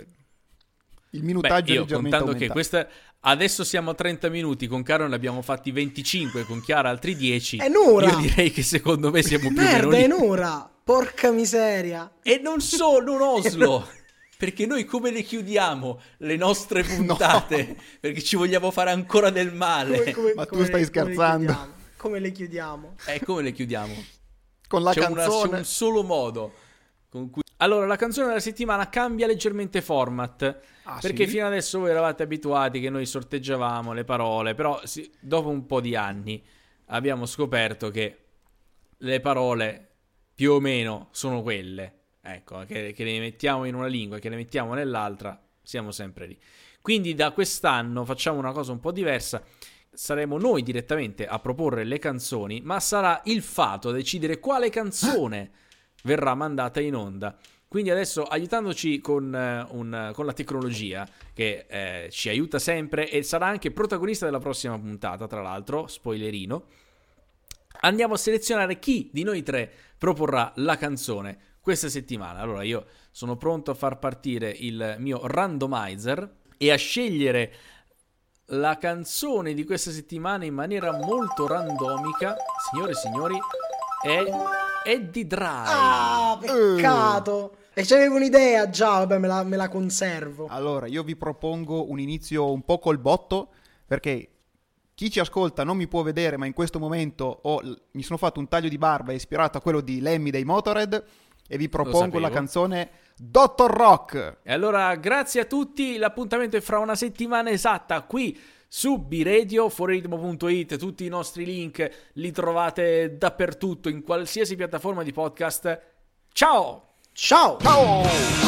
il minutaggio Beh, è io leggermente contando che aumentato. questa adesso siamo a trenta minuti, con Caro ne abbiamo fatti venticinque, con Chiara altri dieci. È un'ora. Io direi che secondo me siamo più o meno Merda, lì. è un'ora, porca miseria. E non so, non oslo. Perché noi come le chiudiamo le nostre puntate? Perché ci vogliamo fare ancora del male. Come- come- Ma tu come stai le- come le scherzando? chiudiamo? Come le chiudiamo? E come le chiudiamo? Con la c'è, una- canzone. c'è un solo modo con cui... Allora, la canzone della settimana cambia leggermente format. Ah, perché sì? fino adesso voi eravate abituati che noi sorteggiavamo le parole, però sì, dopo un po' di anni abbiamo scoperto che le parole più o meno sono quelle. Ecco, che, che le mettiamo in una lingua, che le mettiamo nell'altra, siamo sempre lì. Quindi da quest'anno facciamo una cosa un po' diversa. Saremo noi direttamente a proporre le canzoni, ma sarà il fato a decidere quale canzone verrà mandata in onda. Quindi adesso, aiutandoci con, eh, un, con la tecnologia, che eh, ci aiuta sempre e sarà anche protagonista della prossima puntata, tra l'altro, spoilerino, andiamo a selezionare chi di noi tre proporrà la canzone questa settimana. Allora io sono pronto a far partire il mio randomizer e a scegliere la canzone di questa settimana in maniera molto randomica. Signore e signori, è Eddie Dry. Ah, peccato. E c'avevo un'idea già, vabbè, me la, me la conservo. Allora, io vi propongo un inizio un po' col botto, perché chi ci ascolta non mi può vedere, ma in questo momento ho, mi sono fatto un taglio di barba ispirato a quello di Lemmy dei Motorhead e vi propongo la canzone Doctor Rock. E allora, grazie a tutti, l'appuntamento è fra una settimana esatta qui su B-Radio, fuoriritmo punto it, tutti i nostri link li trovate dappertutto, in qualsiasi piattaforma di podcast. Ciao! Ciao! Ciao! Alright,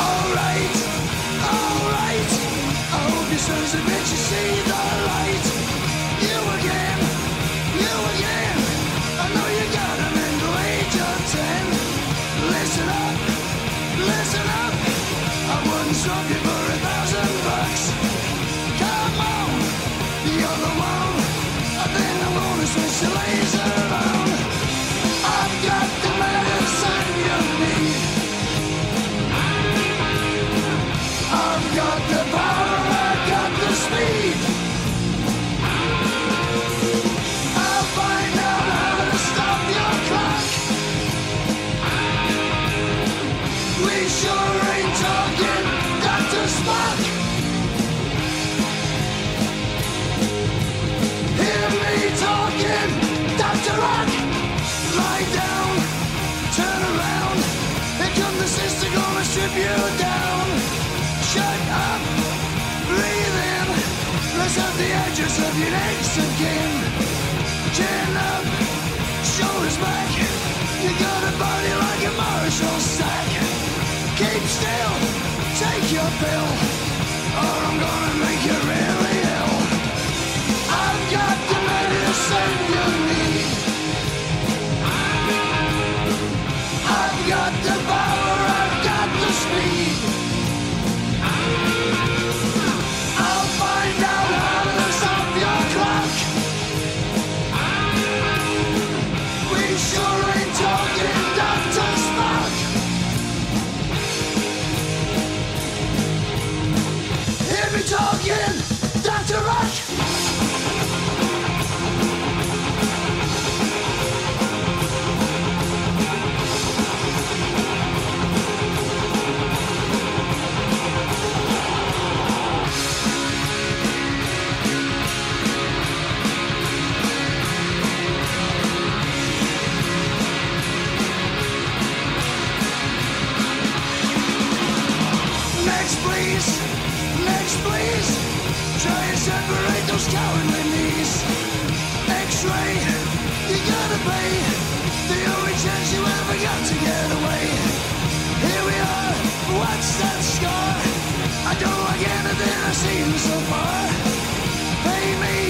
alright. I hope your sons and bitches see the light. You again, you again. I know you got a mental age of ten. Listen up, listen up. I wouldn't swap you for a thousand bucks. Come on, you're the one. I think I'm gonna switch the laser on. I've got the medicine you need. I've got the power, I've got the speed. I'll find out how to stop your clock. We sure ain't talking Doctor Spock. Hear me talking Doctor Rock. Lie down, turn around. Here comes the sister gonna strip you down. Shut up, breathe in. Let's have the address of your next of kin. Chin up, goes back. You got a body like a Marshall sack. Keep still, take your pill, or I'm gonna make you really ill. I've got the medicine you need. I've got the power, I've got the speed. I'll find out how to stop your clock. We sure ain't talking Doctor Spock. Hear me talking Doctor Rock. Next please, next please. Try and separate those cowardly knees. X-ray, you gotta pay. The only chance you ever got to get away. Here we are, what's that scar? I don't like anything I've seen so far. Pay me